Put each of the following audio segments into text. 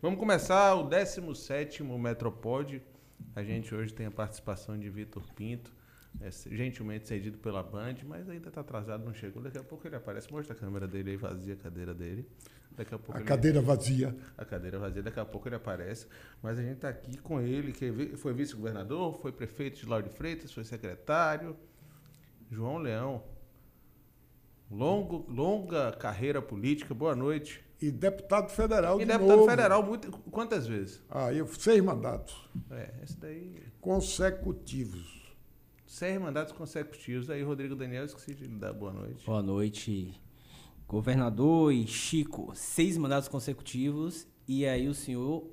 Vamos começar o 17º Metropod. A gente hoje tem a participação de Vitor Pinto, gentilmente cedido pela Band, mas ainda está atrasado, não chegou. Daqui a pouco ele aparece. Mostra a câmera dele aí, vazia a cadeira dele. Daqui a pouco cadeira vazia. A cadeira vazia, daqui a pouco ele aparece. Mas a gente está aqui com ele, que foi vice-governador, foi prefeito de Lauro de Freitas, foi secretário. João Leão. Longa carreira política. Boa noite. E deputado federal de novo. E deputado federal, quantas vezes? 6 mandatos. Esse daí... Consecutivos. 6 mandatos consecutivos. Aí, Rodrigo Daniel, esqueci de lhe dar boa noite. Boa noite, governador e Chico. 6 mandatos consecutivos. E aí o senhor...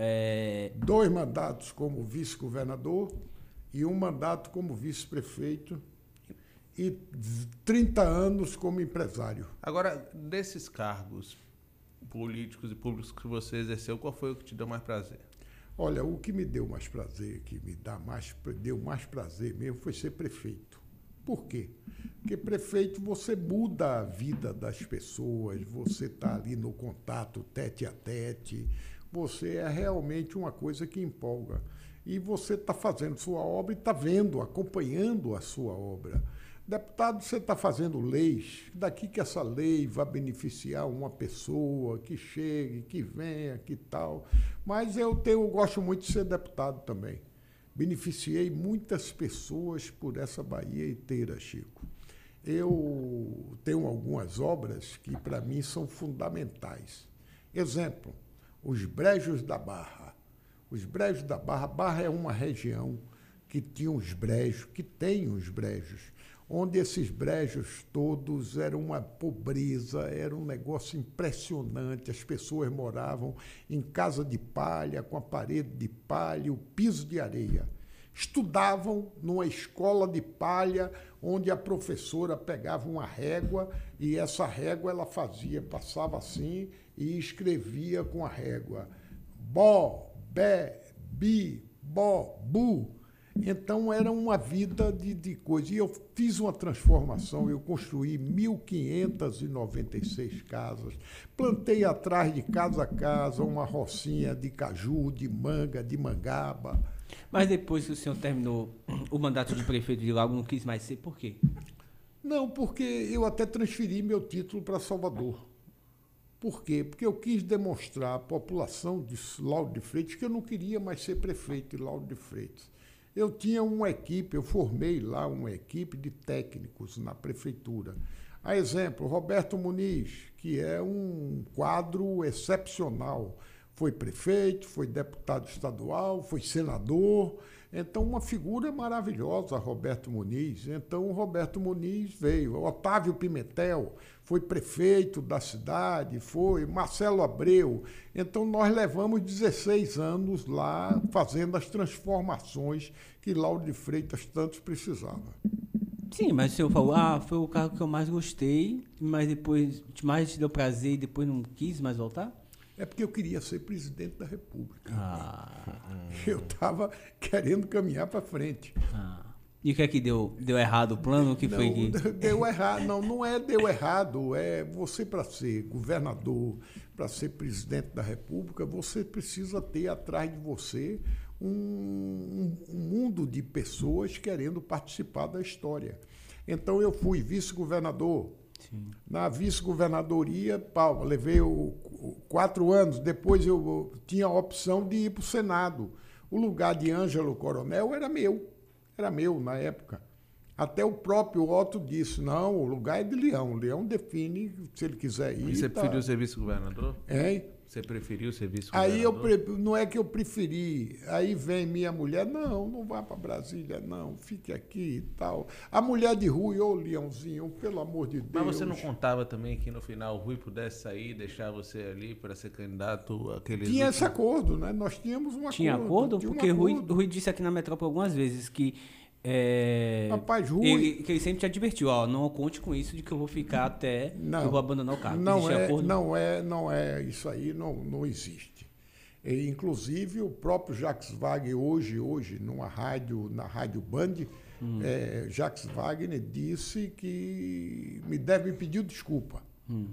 2 mandatos como vice-governador e 1 mandato como vice-prefeito. E 30 anos como empresário. Agora, desses cargos políticos e públicos que você exerceu, qual foi o que te deu mais prazer? Olha, o que me deu mais prazer, deu mais prazer mesmo, foi ser prefeito. Por quê? Porque prefeito você muda a vida das pessoas, você está ali no contato tete a tete, você é realmente uma coisa que empolga. E você está fazendo sua obra e está vendo, acompanhando a sua obra. Deputado, você está fazendo leis, daqui que essa lei vai beneficiar uma pessoa, que chegue, que venha, que tal. Mas eu gosto muito de ser deputado também. Beneficiei muitas pessoas por essa Bahia inteira, Chico. Eu tenho algumas obras que, para mim, são fundamentais. Exemplo, os Brejos da Barra. Os Brejos da Barra, Barra é uma região que tinha os brejos, que tem os brejos, onde esses brejos todos eram uma pobreza, era um negócio impressionante. As pessoas moravam em casa de palha, com a parede de palha, o piso de areia. Estudavam numa escola de palha, onde a professora pegava uma régua e essa régua ela passava assim e escrevia com a régua. Bó, bé, bi, bó, bu. Então, era uma vida de coisa. E eu fiz uma transformação, eu construí 1.596 casas, plantei atrás de casa a casa uma rocinha de caju, de manga, de mangaba. Mas depois que o senhor terminou o mandato de prefeito de Lauro, não quis mais ser, por quê? Não, porque eu até transferi meu título para Salvador. Por quê? Porque eu quis demonstrar à população de Lauro de Freitas que eu não queria mais ser prefeito de Lauro de Freitas. Eu tinha uma equipe, eu formei lá uma equipe de técnicos na prefeitura. A exemplo, Roberto Muniz, que é um quadro excepcional. Foi prefeito, foi deputado estadual, foi senador. Então, uma figura maravilhosa, Roberto Muniz. Então, o Roberto Muniz veio. Otávio Pimentel foi prefeito da cidade, foi Marcelo Abreu. Então, nós levamos 16 anos lá fazendo as transformações que Lauro de Freitas tanto precisava. Sim, mas o senhor falou, foi o cargo que eu mais gostei, mas depois mais te deu prazer e depois não quis mais voltar? É porque eu queria ser presidente da República. Eu estava querendo caminhar para frente. E o que é que deu errado o plano? O que foi que... Deu errado. Não é deu errado. É você, para ser governador, para ser presidente da República, você precisa ter atrás de você um mundo de pessoas querendo participar da história. Então, eu fui vice-governador. Sim. Na vice-governadoria, levei 4 anos. Depois eu tinha a opção de ir para o Senado. O lugar de Ângelo Coronel era meu na época. Até o próprio Otto disse, não, o lugar é de Leão. Leão define se ele quiser ir. E você preferiu ser vice-governador? Hein? Você preferiu ser vice-governador? Aí não é que eu preferi. Aí vem minha mulher, não vá para Brasília, não, fique aqui e tal. A mulher de Rui, Leãozinho, pelo amor de Deus. Mas você não contava também que no final o Rui pudesse sair, deixar você ali para ser candidato àqueles... Tinha esse acordo, né? Nós tínhamos um acordo. Tinha acordo? Porque Rui disse aqui na Metrópole algumas vezes que... Rapaz, Rui... que ele sempre te advertiu, não conte com isso de que eu vou ficar até que eu vou abandonar o cargo. Não é isso aí, não existe. E, inclusive, o próprio Jacques Wagner, hoje na Rádio Band, Jacques Wagner disse que me deve pedir desculpa.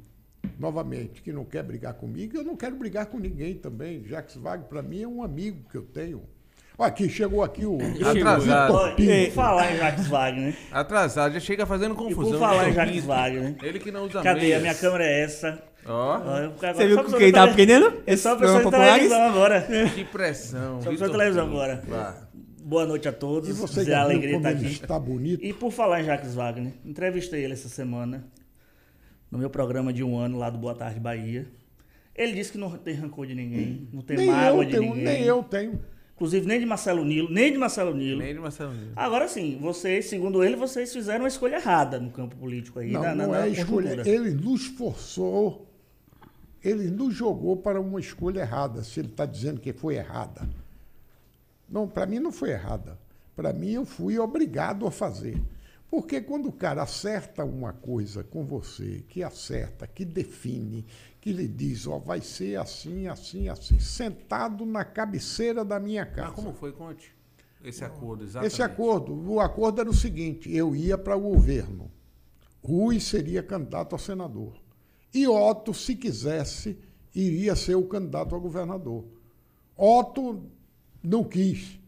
novamente, que não quer brigar comigo, eu não quero brigar com ninguém também. Jacques Wagner, para mim, é um amigo que eu tenho. Olha, chegou aqui o... Atrasado. Por falar em Jacques Wagner. Atrasado, já chega fazendo E confusão. por falar em Jacques Wagner. Ele que não usa Cadê? meias. A minha câmera é essa. Ó, Você viu que ele tava aprendendo? É só a Esse pessoa de programa televisão agora. que pressão. Só a pessoa de Vitor televisão Pinto. agora. Vá. Boa noite a todos. E você Dizer a já viu alegria de como estar ele aqui. está bonito? E por falar em Jacques Wagner, entrevistei ele essa semana no meu programa de 1 ano lá do Boa Tarde Bahia. Ele disse que não tem rancor de ninguém, não tem mágoa de ninguém. Nem eu tenho. Inclusive nem de Marcelo Nilo, nem de Marcelo Nilo. Nem de Marcelo Nilo. Agora sim, vocês, segundo ele, vocês fizeram uma escolha errada no campo político aí. Não é escolha. conjuntura. Ele nos forçou, ele nos jogou para uma escolha errada, se ele está dizendo que foi errada. Não, para mim não foi errada. Para mim eu fui obrigado a fazer. Porque quando o cara acerta uma coisa com você, que acerta, que define, que lhe diz, ó, vai ser assim, assim, assim, sentado na cabeceira da minha casa. Mas como foi? Conte. Esse acordo, exatamente. O acordo era o seguinte, eu ia para o governo, Rui seria candidato a senador, e Otto, se quisesse, iria ser o candidato a governador. Otto não quis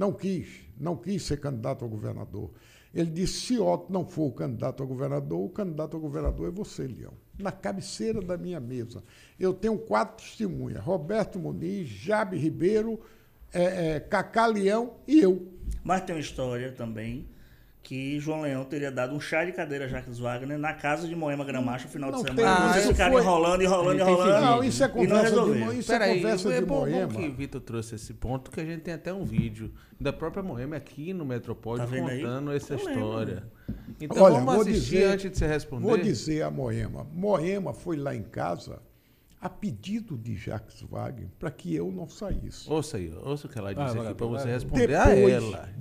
ser candidato a governador. Ele disse, se Otto não for o candidato a governador é você, Leão. Na cabeceira da minha mesa. Eu tenho 4 testemunhas, Roberto Muniz, Jabe Ribeiro, Cacá Leão e eu. Mas tem uma história também que João Leão teria dado um chá de cadeira a Jacques Wagner na casa de Moema Gramacho no final de Não semana. tem, Vocês isso ficaram foi- enrolando. Não, isso é e não conversa de resolveram. isso é Peraí, conversa é de bom Moema. que o Vitor trouxe esse ponto, que a gente tem até um vídeo da própria Moema aqui no Metropólio Tá vendo aí? contando essa Eu lembro. história. Então Olha, vamos vou assistir dizer- antes de você responder. Vou dizer a Moema. Moema foi lá em casa a pedido de Jacques Wagner para que eu não saísse. Ouça aí, ouça o que ela disse vai, aqui para vai. você responder a ela.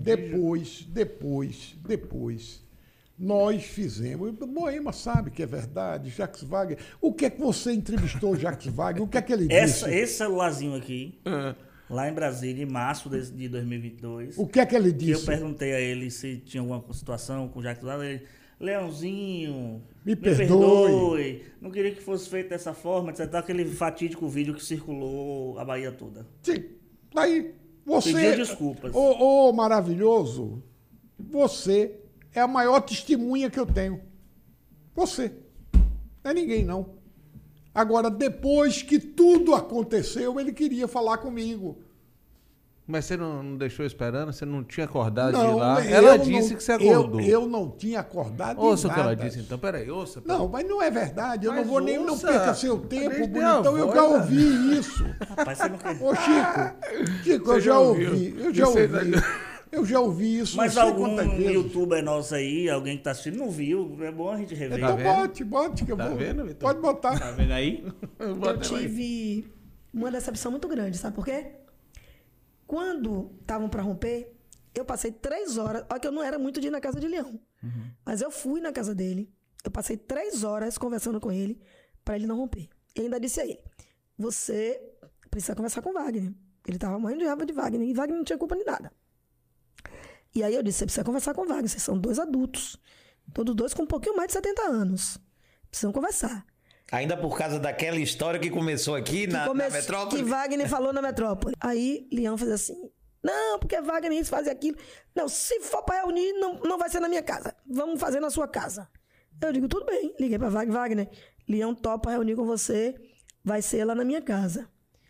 Depois, nós fizemos. Moema sabe que é verdade, Jacques Wagner. O que é que você entrevistou Jacques Wagner? O que é que ele disse? Esse celularzinho aqui, lá em Brasília, em março de 2022, O que é que ele que eu disse? perguntei a ele se tinha alguma situação com o Jacques Wagner, ele, Leãozinho, Me perdoe, não queria que fosse feito dessa forma, etc. Aquele fatídico vídeo que circulou a Bahia toda. Sim. Aí, você. Pediu desculpas. Ô, maravilhoso, você é a maior testemunha que eu tenho. Você. Não é ninguém, não. Agora, depois que tudo aconteceu, ele queria falar comigo. Mas você não deixou esperando? Você não tinha acordado de ir Não, lá? eu Ela não- disse que você acordou. Eu não tinha acordado de Ouça o que nada. ela disse então. Peraí, ouça. Não, mas não é verdade. Eu Mas não vou nem. Não ouça. perca seu tempo, Mas dê a bonitão. Eu voz, já né? ouvi isso. Rapaz, você não quer... Ô, Chico, Você eu já ouviu? ouvi. Eu já ouvi isso. Mas não sei algum quantas vezes. youtuber nosso aí, alguém que tá assistindo, não viu. É bom a gente rever. Então vendo? bote que eu Tá vou. vendo, Vitor? Pode botar. Tá vendo aí? Eu tive uma decepção muito grande, sabe por quê? Quando estavam para romper, eu passei 3 horas. Olha que eu não era muito de ir na casa de Leão. Mas eu fui na casa dele. Eu passei 3 horas conversando com ele para ele não romper. E ainda disse a ele: você precisa conversar com o Wagner. Ele estava morrendo de raiva de Wagner. E Wagner não tinha culpa de nada. E aí eu disse: você precisa conversar com o Wagner. Vocês são 2 adultos. Todos 2 com um pouquinho mais de 70 anos. Precisam conversar. Ainda por causa daquela história que começou aqui na Metrópole. Que Wagner falou na Metrópole. Aí Leão fez assim: não, porque Wagner isso, fazia aquilo. Não, se for para reunir, não vai ser na minha casa. Vamos fazer na sua casa. Eu digo: tudo bem. Liguei para Wagner. Leão topa reunir com você. Vai ser lá na minha casa.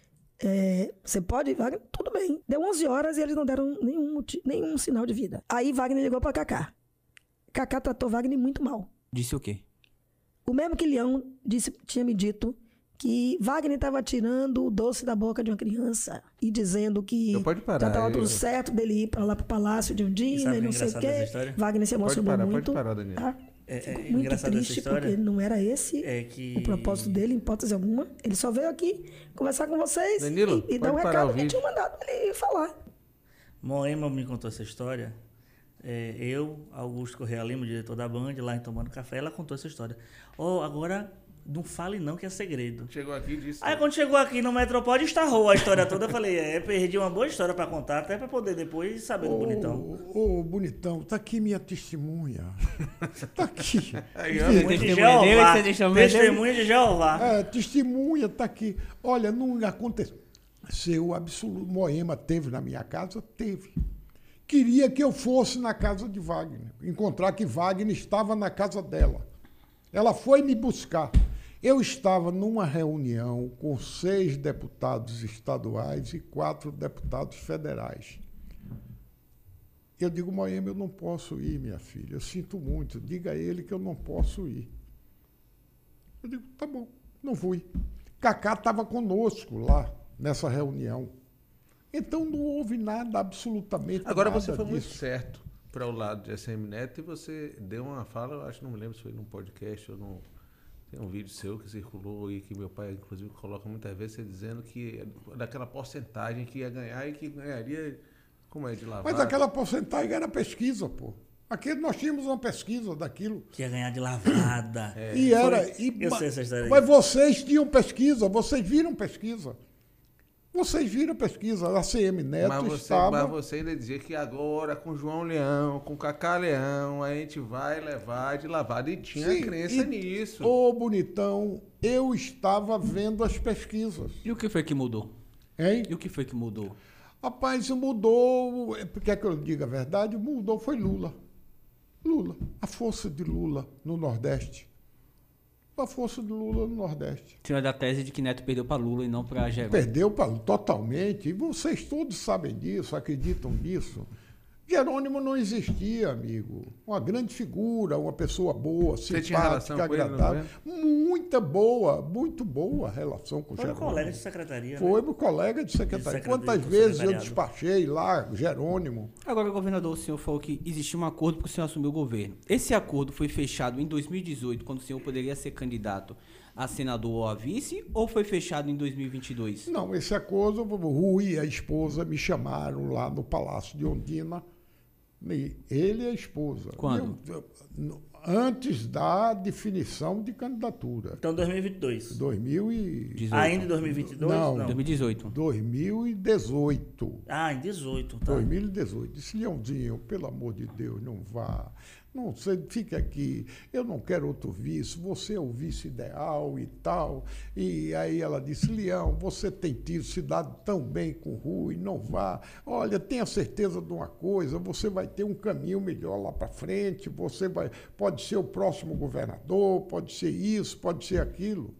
Você pode, Wagner? Tudo bem. Deu 11 horas e eles não deram nenhum sinal de vida. Aí Wagner ligou para Cacá. Cacá tratou Wagner muito mal. Disse o quê? O mesmo que Leão tinha me dito que Wagner estava tirando o doce da boca de uma criança e dizendo que Então pode parar, já estava tudo eu- certo dele ir para lá para o palácio de Undina sabe e o não sei o engraçado dessa quê. história? Wagner se emocionou parar, muito. pode parar, Daniel. Tá? É Ficou muito engraçado essa triste história. porque não era esse É que... o propósito dele, em hipótese alguma. Ele só veio aqui conversar com vocês Danilo, e dar um pode parar recado o que vídeo. tinha mandado ele falar. Moema me contou essa história. Eu, Augusto Correia Lima, diretor da Band, lá em Tomando Café, ela contou essa história. Agora Não fale não que é segredo. Chegou aqui e disse... Aí quando chegou aqui no Metropode, estarrou a história toda. Eu falei, perdi uma boa história pra contar, até pra poder depois saber do Bonitão. Ô, Bonitão, tá aqui minha testemunha. Tá aqui. Aí, ó, Testemunha de Testemunha dele, Jeová. você testemunha dele? Testemunha de Jeová. Testemunha tá aqui. Olha, não aconteceu absoluto. Moema teve na minha casa? Teve. Queria que eu fosse na casa de Wagner. Encontrar que Wagner estava na casa dela. Ela foi me buscar. Eu estava numa reunião com 6 deputados estaduais e 4 deputados federais. Eu digo, Moema, eu não posso ir, minha filha. Eu sinto muito. Diga a ele que eu não posso ir. Eu digo, tá bom, não fui. Cacá estava conosco lá, nessa reunião. Então não houve nada, absolutamente Agora nada você foi muito disso. certo para o lado de SM Neto e você deu uma fala, eu acho, não me lembro se foi num podcast ou num... Tem um vídeo seu que circulou e que meu pai, inclusive, coloca muitas vezes, você dizendo que daquela porcentagem que ia ganhar e que ganharia, como é, de lavada. Mas aquela porcentagem era pesquisa, pô. Aqui nós tínhamos uma pesquisa daquilo. Que ia ganhar de lavada. E era. Eu sei essa história aí. Mas vocês tinham pesquisa, vocês viram pesquisa. Vocês viram pesquisa, a CM Neto estava... Mas você ainda dizia que agora, com João Leão, com Cacá Leão, a gente vai levar de lavada. E tinha Sim, crença nisso. Ô, Bonitão, eu estava vendo as pesquisas. E o que foi que mudou? Hein? E o que foi que mudou? Rapaz, mudou... Quer que eu diga a verdade? Mudou, foi Lula. Lula. A força de Lula no Nordeste. A força de Lula no Nordeste. Tinha da tese de que Neto perdeu para Lula e não para Jerônimo. Perdeu totalmente. E vocês todos sabem disso, acreditam nisso. Jerônimo não existia, amigo. Uma grande figura, uma pessoa boa, Você tinha relação simpática, com ele no agradável. Muito boa relação com o Foi um Jerônimo. colega de secretaria. Foi né? meu colega de secretaria. De Quantas secretariado. vezes eu despachei lá, Jerônimo? Agora, governador, o senhor falou que existia um acordo porque o senhor assumiu o governo. Esse acordo foi fechado em 2018, quando o senhor poderia ser candidato a senador ou a vice, ou foi fechado em 2022? Não, esse acordo, o Rui e a esposa me chamaram lá no Palácio de Ondina. Ele e a esposa. Quando? Antes da definição de candidatura. Então, 2022. 18. Ainda em 2022? Não. 2018. 2018. Ah, em 18, tá. 2018. Disse, Leãozinho, pelo amor de Deus, não vá. Não, você fica aqui, eu não quero outro vice, você é o vice ideal e tal. E aí ela disse, Leão, você tem se dado tão bem com o Rui, não vá. Olha, tenha certeza de uma coisa, você vai ter um caminho melhor lá para frente, pode ser o próximo governador, pode ser isso, pode ser aquilo.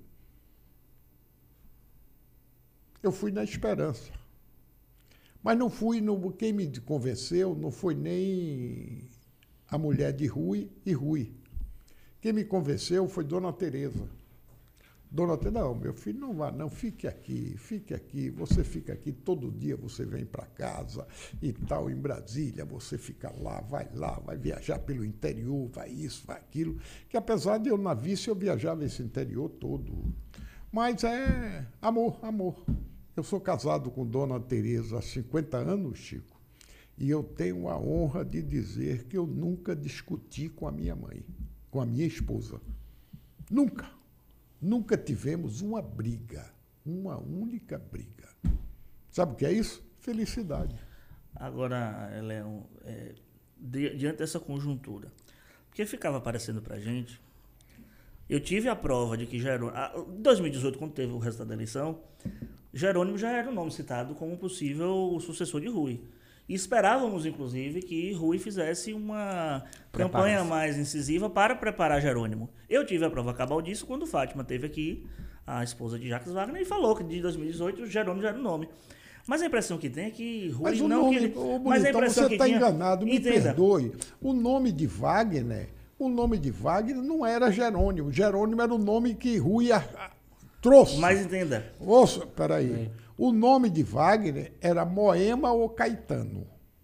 Eu fui na esperança. Mas não fui, quem me convenceu não foi nem a mulher de Rui e Rui. Quem me convenceu foi Dona Tereza. Dona Tereza, não, meu filho, não vá, não, fique aqui, você fica aqui, todo dia você vem para casa e tal, em Brasília, você fica lá, vai viajar pelo interior, vai isso, vai aquilo, que apesar de eu na vice, eu viajava esse interior todo. Mas é amor. Eu sou casado com Dona Tereza há 50 anos, Chico. E eu tenho a honra de dizer que eu nunca discuti com a minha mãe, com a minha esposa. Nunca. Nunca tivemos uma briga, uma única briga. Sabe o que é isso? Felicidade. Agora, Leão, diante dessa conjuntura, porque ficava aparecendo pra gente, eu tive a prova de que Jerônimo... Em 2018, quando teve o resultado da eleição, Jerônimo já era o nome citado como possível sucessor de Rui. E esperávamos, inclusive, que Rui fizesse uma campanha mais incisiva para preparar Jerônimo. Eu tive a prova cabal disso quando Fátima teve aqui, a esposa de Jacques Wagner, e falou que de 2018 Jerônimo já era o nome. Mas a impressão que tem é que Rui mas o não... nome, mas a impressão você que está tinha... enganado, me Entenda. perdoe. O nome de Wagner não era Jerônimo. Jerônimo era o nome que Rui trouxe. Mas entenda. Ouça, peraí. O nome de Wagner era Moema ou Caetano.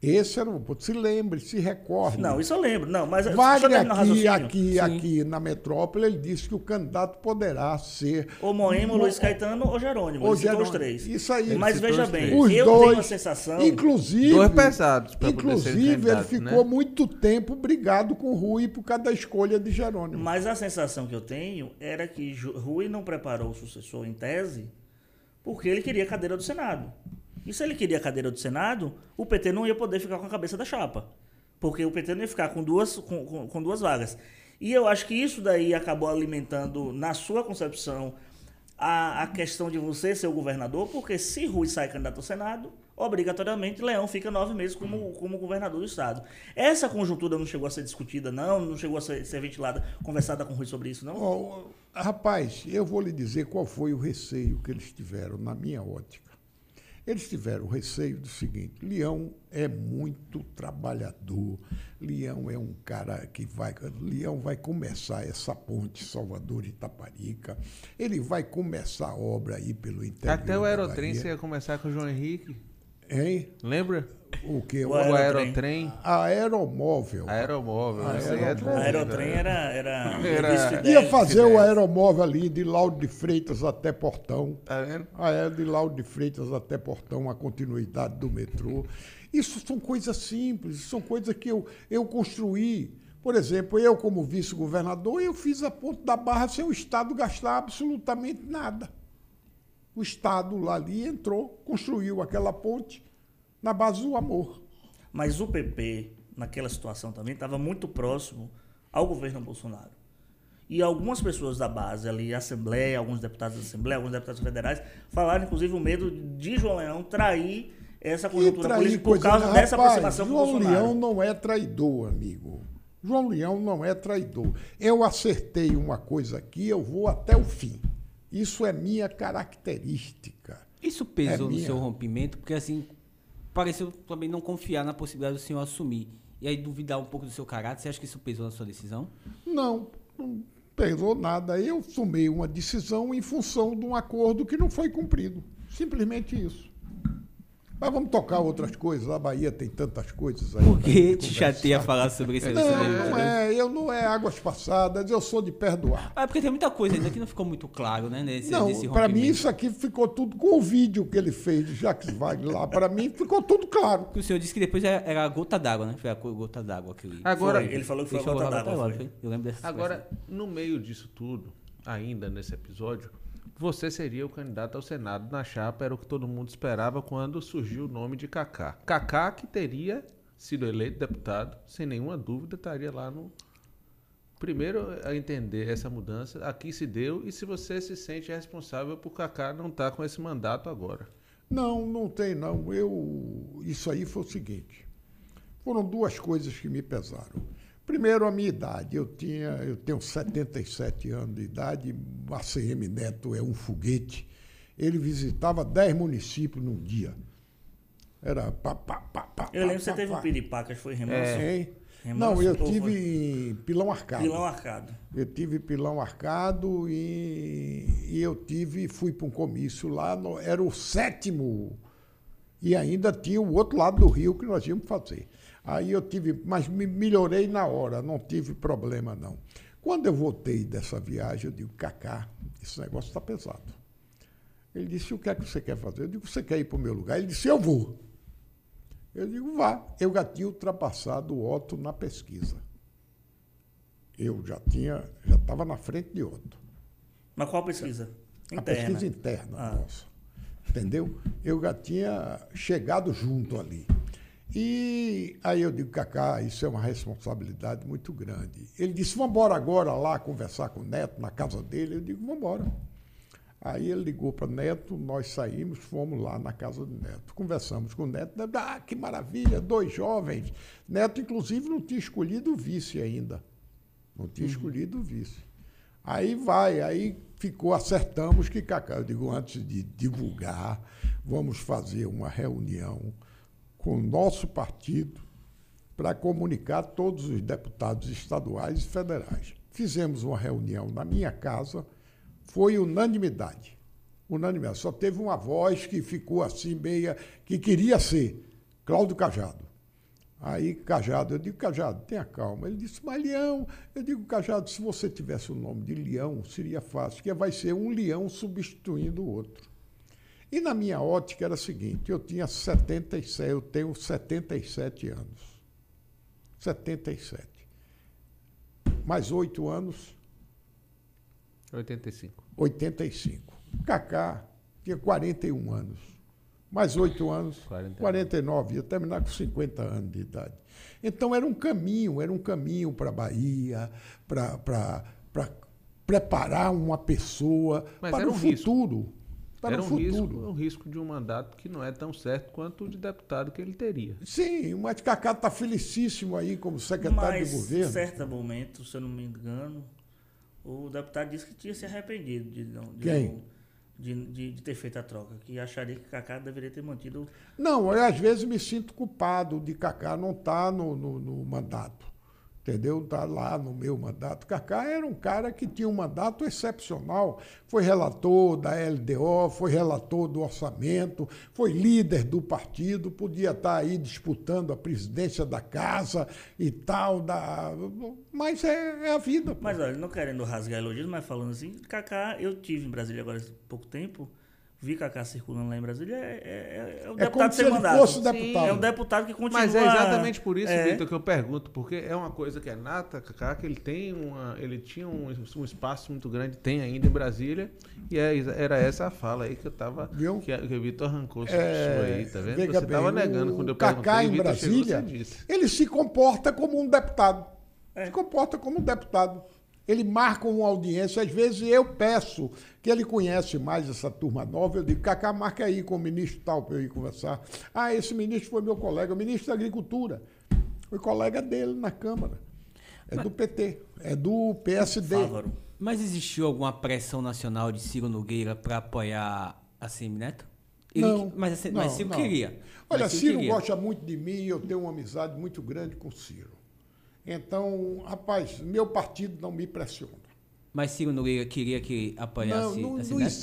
Esse era um ponto. Se lembre, se recorde. Não, isso eu lembro. Não, mas Wagner deixa eu aqui na metrópole, ele disse que o candidato poderá ser... Ou Moema, Luiz Caetano ou Jerônimo. Ele citou os três. Isso aí. Mas veja bem, os eu dois, tenho a sensação... Inclusive, dois pesados pra poder ser inclusive ele candidato, ficou né? muito tempo brigado com o Rui por causa da escolha de Jerônimo. Mas a sensação que eu tenho era que Rui não preparou o sucessor em tese porque ele queria a cadeira do Senado. E se ele queria a cadeira do Senado, o PT não ia poder ficar com a cabeça da chapa. Porque o PT não ia ficar com duas vagas. E eu acho que isso daí acabou alimentando, na sua concepção, a questão de você ser o governador, porque se Rui sai candidato ao Senado, obrigatoriamente Leão fica 9 meses como governador do Estado. Essa conjuntura não chegou a ser discutida, não chegou a ser ventilada, conversada com o Rui sobre isso, não? Rapaz, eu vou lhe dizer qual foi o receio que eles tiveram, na minha ótica. Eles tiveram o receio do seguinte: Leão é muito trabalhador, Leão é um cara que Leão vai começar essa ponte Salvador-Itaparica, ele vai começar a obra aí pelo interior. Até o Aerotrem você ia começar com o João Henrique. Hein? Lembra? O quê? O Aerotrem. Aeromóvel. Aeromóvel. A Aerotrem era... Ia fazer o aeromóvel ali de Lauro de Freitas até Portão. Tá vendo? De Lauro de Freitas até Portão, a continuidade do metrô. Isso são coisas simples, são coisas que eu construí. Por exemplo, eu como vice-governador, eu fiz a Ponte da Barra sem o Estado gastar absolutamente nada. O Estado lá ali entrou, construiu aquela ponte na base do amor. Mas o PP, naquela situação também, estava muito próximo ao governo Bolsonaro. E algumas pessoas da base ali, Assembleia, alguns deputados da Assembleia, alguns deputados federais, falaram, inclusive, o medo de João Leão trair essa conjuntura política por causa dessa aproximação com o Bolsonaro. João Leão não é traidor, amigo. João Leão não é traidor. Eu acertei uma coisa aqui, eu vou até o fim. Isso é minha característica. Isso pesou no seu rompimento, porque assim, pareceu também não confiar na possibilidade do senhor assumir. E aí duvidar um pouco do seu caráter. Você acha que isso pesou na sua decisão? Não pesou nada. Eu tomei uma decisão em função de um acordo que não foi cumprido. Simplesmente isso. Mas vamos tocar outras coisas. A Bahia tem tantas coisas aí. Por que te chateia falar sobre isso? Eu não é águas passadas, eu sou de perdoar. Porque tem muita coisa ainda que não ficou muito claro, né? Nesse Para mim isso aqui ficou tudo com o vídeo que ele fez de Jacques Wagner lá. Para mim ficou tudo claro. O senhor disse que depois era a gota d'água, né? Foi a gota d'água que Agora, ele falou que foi a gota d'água. Eu lembro dessa Agora, no meio disso tudo, ainda nesse episódio, você seria o candidato ao Senado na chapa, era o que todo mundo esperava quando surgiu o nome de Kaká. Kaká, que teria sido eleito deputado, sem nenhuma dúvida, estaria lá no... Primeiro, a entender essa mudança, aqui se deu, e se você se sente responsável por Kaká não estar com esse mandato agora. Não tem não. Isso aí foi o seguinte, foram duas coisas que me pesaram. Primeiro, a minha idade. Eu tenho 77 anos de idade, ACM Neto é um foguete. Ele visitava 10 municípios num dia. Era Eu lembro que você teve um piripacas, foi remoção. Não, eu tive em Pilão Arcado. Pilão Arcado. Eu tive Pilão Arcado e fui para um comício lá, era o 7º, e ainda tinha o outro lado do Rio que nós íamos fazer. Aí eu mas me melhorei na hora, não tive problema não. Quando eu voltei dessa viagem, eu digo, Kaká, esse negócio está pesado. Ele disse, o que é que você quer fazer? Eu digo, você quer ir para o meu lugar? Ele disse, eu vou. Eu digo, vá. Eu já tinha ultrapassado o Otto na pesquisa. Eu já estava na frente de Otto. Mas qual pesquisa? A pesquisa interna nossa. Entendeu? Eu já tinha chegado junto ali. E aí eu digo, Kaká, isso é uma responsabilidade muito grande. Ele disse, vamos embora agora lá conversar com o Neto, na casa dele. Eu digo, vamos embora. Aí ele ligou para o Neto, nós saímos, fomos lá na casa do Neto. Conversamos com o Neto, que maravilha, 2 jovens. Neto, inclusive, não tinha escolhido o vice ainda. Não tinha escolhido o vice. Aí acertamos que Kaká, eu digo, antes de divulgar, vamos fazer uma reunião com o nosso partido para comunicar a todos os deputados estaduais e federais. Fizemos uma reunião na minha casa, foi unanimidade. Unanimidade. Só teve uma voz que ficou assim, meia, que queria ser Cláudio Cajado. Aí, Cajado, eu digo, Cajado, tenha calma. Ele disse, mas Leão, eu digo, Cajado, se você tivesse o nome de Leão, seria fácil, porque vai ser um leão substituindo o outro. E na minha ótica era a seguinte, eu tenho 77 anos. 77. Mais 8 anos. 85. 85. Cacá tinha 41 anos. Mais 8 anos, 49. Ia terminar com 50 anos de idade. Então era um caminho para a Bahia, para preparar uma pessoa para o futuro. Era um risco de um mandato que não é tão certo quanto o de deputado que ele teria. Sim, mas Cacá está felicíssimo aí como secretário de governo. Mas, em certo momento, se eu não me engano, o deputado disse que tinha se arrependido de ter feito a troca, que acharia que Cacá deveria ter mantido... Não, eu às vezes me sinto culpado de Cacá não estar no mandato. Entendeu? Está lá no meu mandato. Cacá era um cara que tinha um mandato excepcional. Foi relator da LDO, foi relator do orçamento, foi líder do partido, podia estar aí disputando a presidência da casa e tal. Mas é a vida. Mas olha, não querendo rasgar elogios, mas falando assim, Cacá, eu tive em Brasília agora há pouco tempo, vi Cacá circulando lá em Brasília, é o deputado sem mandato. Fosse deputado. É um deputado que continua... Mas é exatamente por isso, Vitor, que eu pergunto, porque é uma coisa que é nata, Cacá, que ele tinha um espaço muito grande, tem ainda em Brasília, e era essa a fala aí que eu tava... Viu? Que o Vitor arrancou sua aí, tá vendo? Você bem, estava negando quando eu Cacá perguntei, em Vitor Brasília, chegou, você disse. ele se comporta como um deputado. Se comporta como um deputado. Ele marca uma audiência, às vezes eu peço, que ele conhece mais essa turma nova, eu digo, Cacá, marca aí com o ministro tal para eu ir conversar. Ah, esse ministro foi meu colega, o ministro da Agricultura. Foi colega dele na Câmara. Do PT, é do PSD. Fávaro. Mas existiu alguma pressão nacional de Ciro Nogueira para apoiar a Semineto? Mas Ciro queria. Olha, Ciro gosta muito de mim e eu tenho uma amizade muito grande com Ciro. Então, rapaz, meu partido não me pressiona. Mas Ciro Nogueira queria que apoiasse não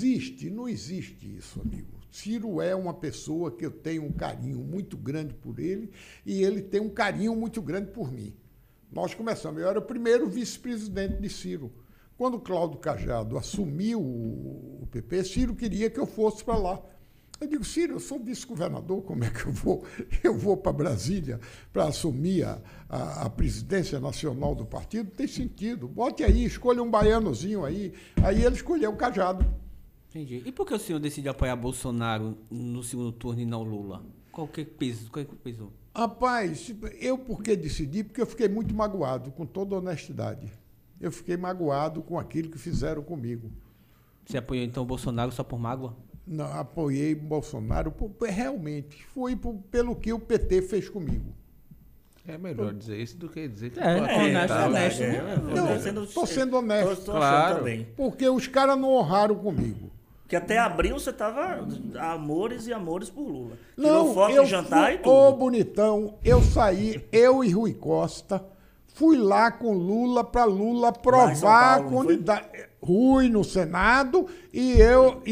existe isso, amigo. Ciro é uma pessoa que eu tenho um carinho muito grande por ele e ele tem um carinho muito grande por mim. Nós começamos, eu era o primeiro vice-presidente de Ciro. Quando Cláudio Cajado assumiu o PP, Ciro queria que eu fosse para lá. Eu digo, Ciro, eu sou vice-governador, como é que eu vou? Eu vou para Brasília para assumir a presidência nacional do partido? Não tem sentido. Bote aí, escolha um baianozinho aí. Aí ele escolheu o Cajado. Entendi. E por que o senhor decidiu apoiar Bolsonaro no segundo turno e não Lula? Qual que pesou? Rapaz, eu por que decidi? Porque eu fiquei muito magoado, com toda honestidade. Eu fiquei magoado com aquilo que fizeram comigo. Você apoiou então o Bolsonaro só por mágoa? Não, apoiei Bolsonaro, realmente, foi pelo que o PT fez comigo. É melhor dizer isso do que dizer que... Honesto. Estou sendo honesto. Claro. Porque os caras não honraram comigo. Que até abril você tava amores e amores por Lula. Não, tirou foto de jantar e tudo. Ô, bonitão, eu saí, eu e Rui Costa, fui lá com Lula para Lula provar a quantidade. Rui no Senado e eu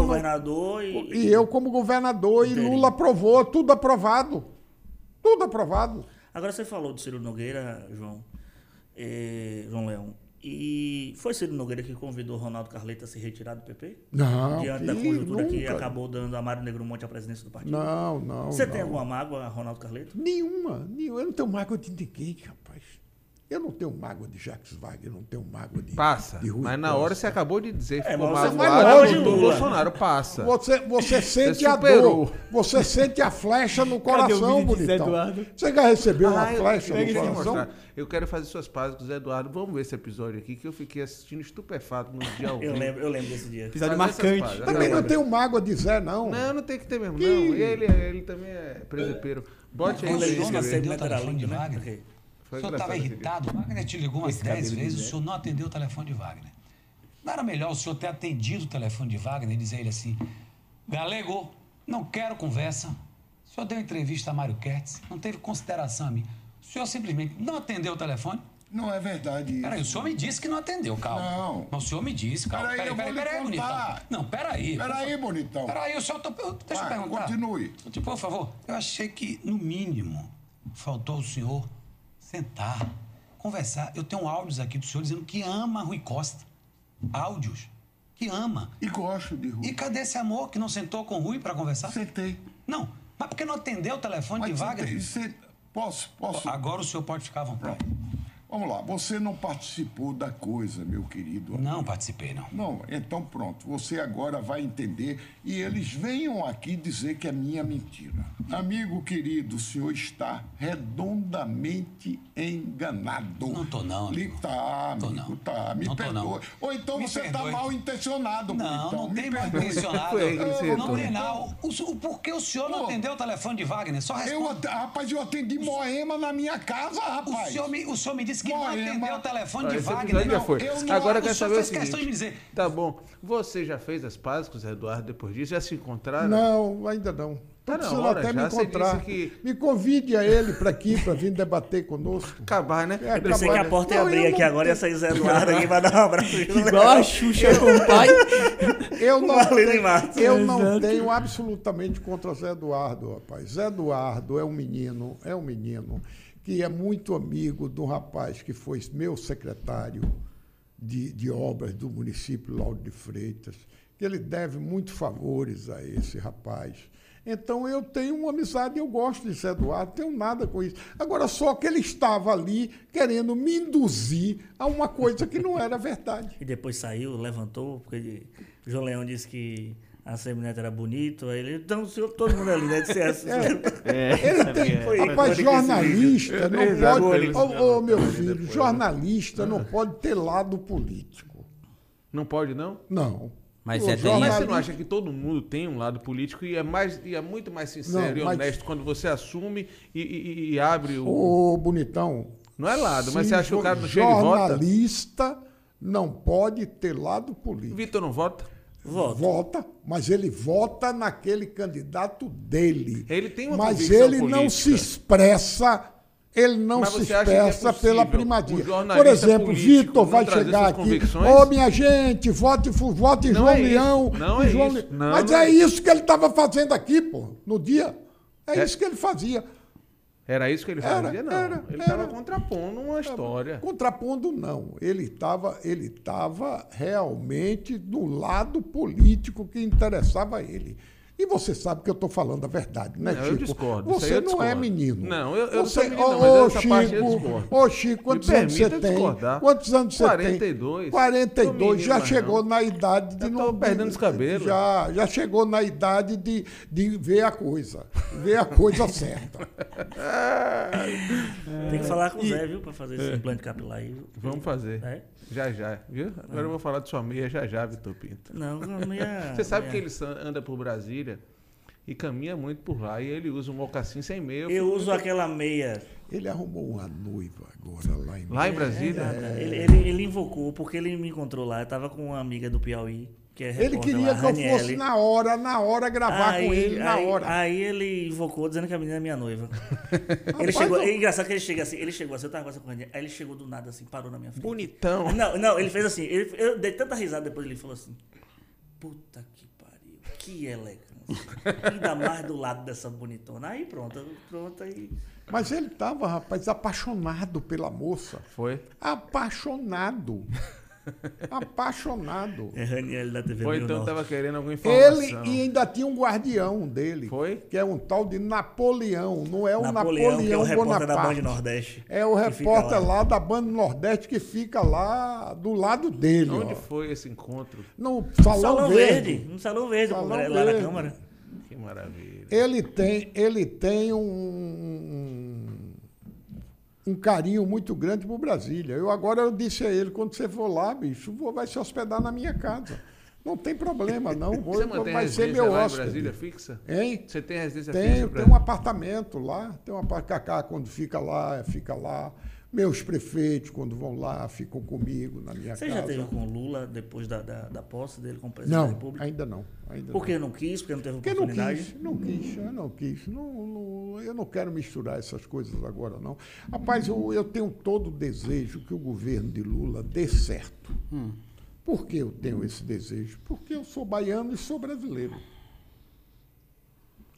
como governador e Lula aprovou, tudo aprovado. Tudo aprovado. Agora você falou do Ciro Nogueira, João Leão. E foi Ciro Nogueira que convidou Ronaldo Carleto a se retirar do PP? Não. Diante da conjuntura que acabou dando a Mário Negromonte a presidência do partido? Não. Você tem alguma mágoa, Ronaldo Carleto? Nenhuma. Eu não tenho mágoa de ninguém, rapaz. Eu não tenho mágoa de Jacques Wagner, não tenho mágoa de Rui mas na hora você acabou de dizer que ficou magoado do Bolsonaro, passa. Você sente a dor, você sente a flecha no coração, bonitão. Você já recebeu uma flecha no coração? Eu quero fazer suas pazes com o Zé Eduardo. Vamos ver esse episódio aqui, que eu fiquei assistindo estupefato no dia ao vivo. Eu lembro desse dia. Episódio marcante. Também não tenho mágoa de Zé, não. Não tem que ter mesmo, não. Ele também é presepeiro. Bote aí. Ele atendeu o telefone de Wagner. O senhor estava irritado, o Wagner te ligou umas 10 vezes, o senhor não atendeu o telefone de Wagner. Não era melhor o senhor ter atendido o telefone de Wagner e dizer a ele assim, Galego, não quero conversa. O senhor deu entrevista a Mário Kertz, não teve consideração a mim. O senhor simplesmente não atendeu o telefone? Não é verdade isso. Peraí, o senhor me disse que não atendeu, calma. Não. Mas o senhor me disse, calma. Peraí, bonitão. Não, peraí. Peraí, bonitão. Peraí, o senhor... Deixa eu perguntar. Continue. Por favor, eu achei que, no mínimo... faltou o senhor sentar, conversar. Eu tenho áudios aqui do senhor dizendo que ama Rui Costa. Áudios. Que ama. E gosto de Rui. E cadê esse amor que não sentou com o Rui para conversar? Sentei. Não, mas por que não atendeu o telefone de Wagner? Posso? Agora o senhor pode ficar à vontade. Vamos lá, você não participou da coisa, meu querido. Não participei, não. Não, então pronto, você agora vai entender e eles venham aqui dizer que é minha mentira. Amigo querido, o senhor está redondamente enganado. Não tô não, amigo. Tá, amigo, não. Tá, me não perdoe. Não. Ou então me você perdoe. Tá mal intencionado. Não, então, não tem mal intencionado. Não tem não. Por que o senhor não atendeu o telefone de Wagner? Só responde. Rapaz, eu atendi Moema na minha casa, rapaz. O senhor me disse que não atendeu o telefone de Esse Wagner. já foi. Agora eu quero saber o questão de me seguinte. dizer. Tá bom. Você já fez as pazes com o Zé Eduardo depois disso? Já se encontraram? Não, ainda não. Tô precisando até me encontrar. Me convide a ele para aqui, para vir debater conosco. Acabar, né? Eu pensei que a porta ia abrir aqui agora e ia sair Zé Eduardo aqui para dar um abraço. Igual a Xuxa com o pai. Eu não tenho absolutamente contra Zé Eduardo, rapaz. Zé Eduardo é um menino que é muito amigo de um rapaz que foi meu secretário de obras do município Lauro de Freitas, que ele deve muitos favores a esse rapaz. Então, eu tenho uma amizade, eu gosto de Zé Eduardo, não tenho nada com isso. Agora, só que ele estava ali querendo me induzir a uma coisa que não era verdade. E depois saiu, levantou, porque o João Leão disse que a Semineto era bonito, aí ele, então, todo mundo ali, né? Disse ele tem, rapaz, jornalista não pode... meu filho, jornalista não pode ter lado político. Não pode, não? Não. Mas você não acha que todo mundo tem um lado político e é muito mais sincero e honesto quando você assume e abre o... Ô, bonitão... Não é lado, mas você acha que o cara não chega e vota? Jornalista não pode ter lado político. Vitor não vota? Vota, mas ele vota naquele candidato dele. Ele tem uma mas convicção ele política. Não se expressa... Ele não se expressa pela primaria. Por exemplo, Vitor vai chegar aqui. Ô, minha gente, vote em João Leão. Não é isso. Mas é isso que ele estava fazendo aqui, pô, no dia. É isso que ele fazia. Era isso que ele fazia? Não. Ele estava contrapondo uma história. Contrapondo, não. Ele estava realmente do lado político que interessava a ele. E você sabe que eu estou falando a verdade, né, Chico? Eu discordo. Você não é menino. Não, eu não sou menino, mas essa parte eu discordo. Ô, Chico, quantos anos você tem? Quantos anos você 42. tem? 42. Já chegou na idade de... Estou perdendo os cabelos. Já chegou na idade de ver a coisa. Ver a coisa certa. Tem que falar com o Zé, viu? Para fazer esse implante capilar aí. Vamos fazer. Já, viu? Agora eu vou falar de sua meia já, Vitor Pinto. Não, a meia... Você sabe que ele anda por Brasília e caminha muito por lá e ele usa um mocassim sem meia. Eu uso aquela meia... Ele arrumou uma noiva agora lá em Brasília? Ele invocou, porque ele me encontrou lá. Eu estava com uma amiga do Piauí, que é repórter. Ele queria que eu fosse na hora gravar com ele, na hora. Aí ele invocou dizendo que a menina é minha noiva. Ele chegou, é engraçado que ele chegou assim, eu tava conversando com ele, aí ele chegou do nada assim, parou na minha frente. Bonitão. Não, ele fez assim, eu dei tanta risada depois, ele falou assim, puta que pariu, que elegância. Ainda mais do lado dessa bonitona. Aí pronto aí... Mas ele estava, rapaz, apaixonado pela moça. Foi? Apaixonado. É Raniel da TV. Ou então estava querendo alguma informação. Ele e ainda tinha um guardião dele. Foi? Que é um tal de Napoleão. Não é o Napoleão que é o repórter Bonaparte. Da Band Nordeste. É o repórter lá da Band Nordeste que fica lá do lado dele. Onde foi esse encontro? No Salão Verde. No Salão Verde, Salão lá Verde. na Câmara. Que maravilha. Ele tem um carinho muito grande por Brasília. Eu disse a ele, quando você for lá, bicho, vai se hospedar na minha casa. Não tem problema, não. Vai ser meu hóspede. Em Brasília fixa? Hein? Você tem residência fixa? Tem um apartamento lá. Tem uma Cacá, quando fica lá. Meus prefeitos, quando vão lá, ficam comigo na minha casa. Você já teve com o Lula depois da posse dele como presidente da República? Não, ainda não. Por que não quis? Porque não teve oportunidade? Não quis. Eu não quero misturar essas coisas agora, não. Rapaz, eu tenho todo o desejo que o governo de Lula dê certo. Por que eu tenho esse desejo? Porque eu sou baiano e sou brasileiro.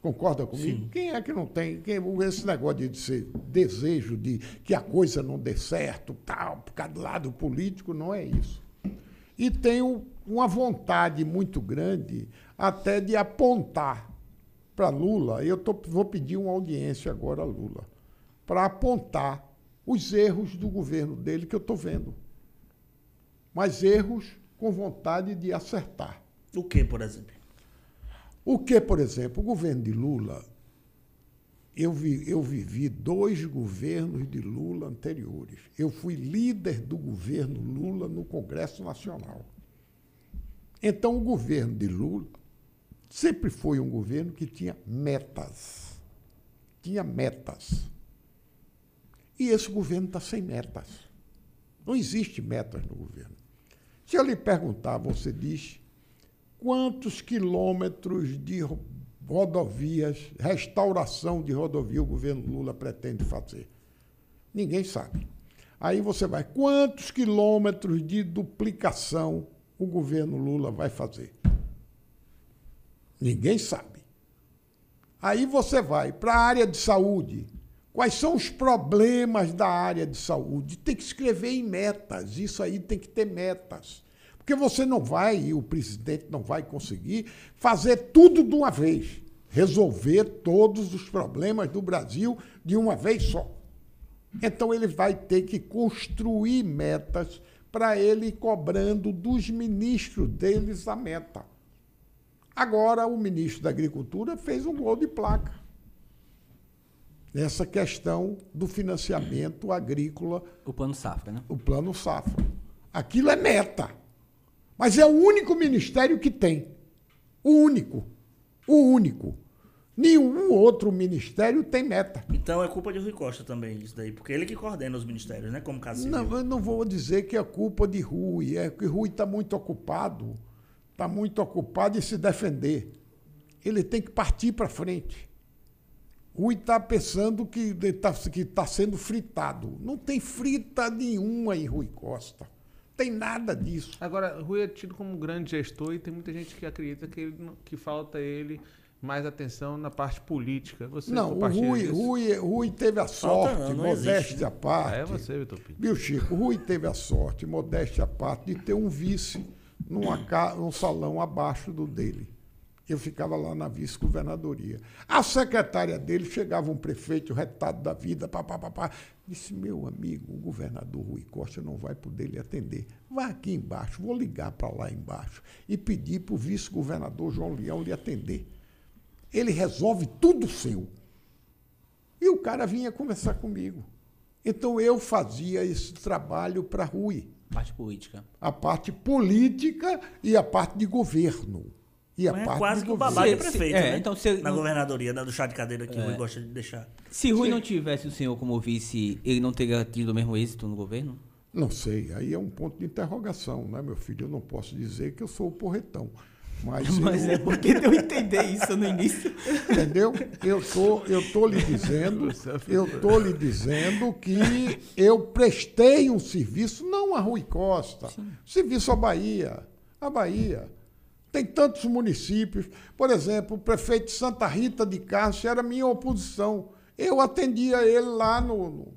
Concorda comigo? Sim. Quem é que não tem? Esse negócio de ser desejo de que a coisa não dê certo, tal, por causa do lado político, não é isso. E tenho uma vontade muito grande até de apontar para Lula. Vou pedir uma audiência agora a Lula, para apontar os erros do governo dele que eu estou vendo. Mas erros com vontade de acertar. O que, por exemplo? O que, por exemplo, o governo de Lula, eu vivi 2 governos de Lula anteriores. Eu fui líder do governo Lula no Congresso Nacional. Então, o governo de Lula sempre foi um governo que tinha metas. Tinha metas. E esse governo está sem metas. Não existe metas no governo. Se eu lhe perguntar, você diz quantos quilômetros de rodovias, restauração de rodovia o governo Lula pretende fazer? Ninguém sabe. Aí você vai, quantos quilômetros de duplicação o governo Lula vai fazer? Ninguém sabe. Aí você vai para a área de saúde. Quais são os problemas da área de saúde? Tem que escrever em metas, isso aí tem que ter metas. Porque você não vai, e o presidente não vai conseguir, fazer tudo de uma vez. Resolver todos os problemas do Brasil de uma vez só. Então, ele vai ter que construir metas para ele ir cobrando dos ministros deles a meta. Agora, o ministro da Agricultura fez um gol de placa nessa questão do financiamento agrícola. O Plano Safra, né? O Plano Safra. Aquilo é meta. Mas é o único ministério que tem. O único. O único. Nenhum outro ministério tem meta. Então é culpa de Rui Costa também, isso daí, porque ele que coordena os ministérios, né? Como Caso Civil. Não, eu não vou dizer que é culpa de Rui. É que Rui está muito ocupado. Está muito ocupado em se defender. Ele tem que partir para frente. Rui está pensando que está sendo fritado. Não tem frita nenhuma em Rui Costa. Tem nada disso. Agora, Rui é tido como um grande gestor e tem muita gente que acredita que falta ele mais atenção na parte política. Você não, o Rui teve a sorte, modéstia à parte. É você, Vitor Pinto. Viu, Chico? O Rui teve a sorte, modéstia à parte, de ter um vice num salão abaixo do dele. Eu ficava lá na vice-governadoria. A secretária dele, chegava um prefeito retado da vida, disse, meu amigo, o governador Rui Costa não vai poder lhe atender. Vá aqui embaixo, vou ligar para lá embaixo e pedir para o vice-governador João Leão lhe atender. Ele resolve tudo seu. E o cara vinha conversar comigo. Então eu fazia esse trabalho para Rui. Parte política. A parte política e a parte de governo. E a parte quase de que o governo. babá de prefeito, né? Então, na governadoria, do chá de cadeira que o Rui gosta de deixar. Se Rui não tivesse o senhor como vice, ele não teria tido o mesmo êxito no governo? Não sei, aí é um ponto de interrogação, né, meu filho? Eu não posso dizer que eu sou o porretão. Mas é porque deu a entender isso no início. Entendeu? Eu tô lhe dizendo que eu prestei um serviço, não a Rui Costa, serviço à Bahia. A Bahia. Tem tantos municípios. Por exemplo, o prefeito de Santa Rita de Castro era minha oposição. Eu atendia ele lá no...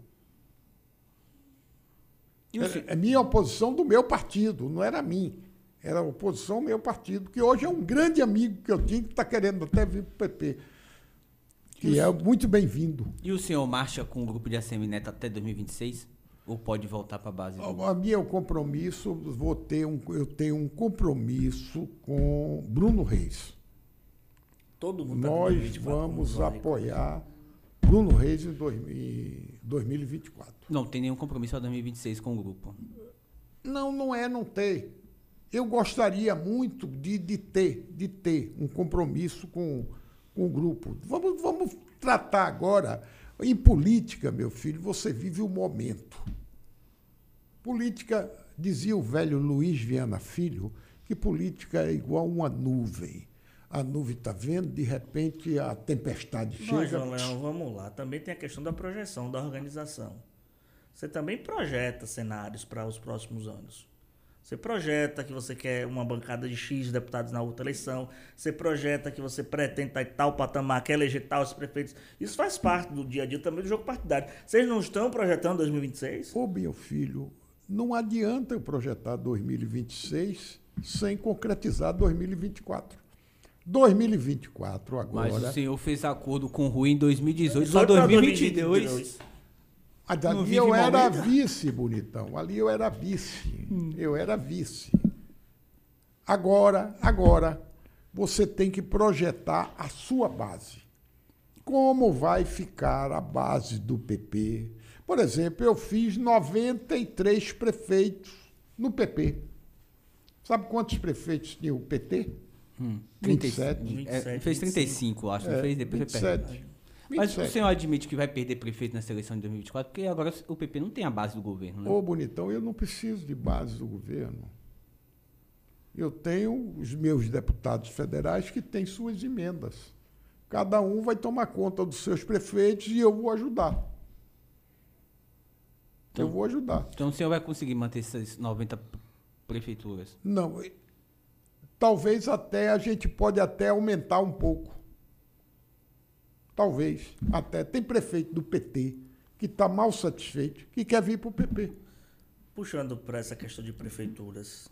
É minha oposição do meu partido, não era minha. Era a oposição ao meu partido, que hoje é um grande amigo que eu tinha, que está querendo até vir para o PP. Que é muito bem-vindo. E o senhor marcha com o grupo de ACM Neto até 2026? Ou pode voltar para a base? A minha compromisso, eu tenho um compromisso com Bruno Reis. Todo mundo Nós vamos apoiar Bruno Reis em 2024. Não tem nenhum compromisso até 2026 com o grupo? Não tem. Eu gostaria muito de ter um compromisso com o grupo. Vamos tratar agora. Em política, meu filho, você vive o momento. Política, dizia o velho Luiz Viana Filho, que política é igual uma nuvem. A nuvem está vendo, de repente a tempestade chega. Mas, João Leão, vamos lá. Também tem a questão da projeção, da organização. Você também projeta cenários para os próximos anos. Você projeta que você quer uma bancada de X deputados na outra eleição. Você projeta que você pretende estar em tal patamar, quer eleger tal os prefeitos. Isso faz parte do dia a dia também do jogo partidário. Vocês não estão projetando 2026? Ô, meu filho, não adianta eu projetar 2026 sem concretizar 2024. 2024 agora... Mas o senhor fez acordo com o Rui em 2018, só 2022. 2022. Ali eu era vice, bonitão. Ali eu era vice. Eu era vice. Agora, você tem que projetar a sua base. Como vai ficar a base do PP? Por exemplo, eu fiz 93 prefeitos no PP. Sabe quantos prefeitos tinha o PT? 27. 27. Fez 35, acho. Não fez depois 27. Mas 27. o senhor admite que vai perder prefeito nessa eleição de 2024? Porque agora o PP não tem a base do governo, né? Ô, bonitão, eu não preciso de base do governo. Eu tenho os meus deputados federais que têm suas emendas. Cada um vai tomar conta dos seus prefeitos e eu vou ajudar. Então, eu vou ajudar. Então o senhor vai conseguir manter essas 90 prefeituras? Não, talvez até a gente pode até aumentar um pouco. Talvez até. Tem prefeito do PT que está mal satisfeito, que quer vir para o PP. Puxando para essa questão de prefeituras,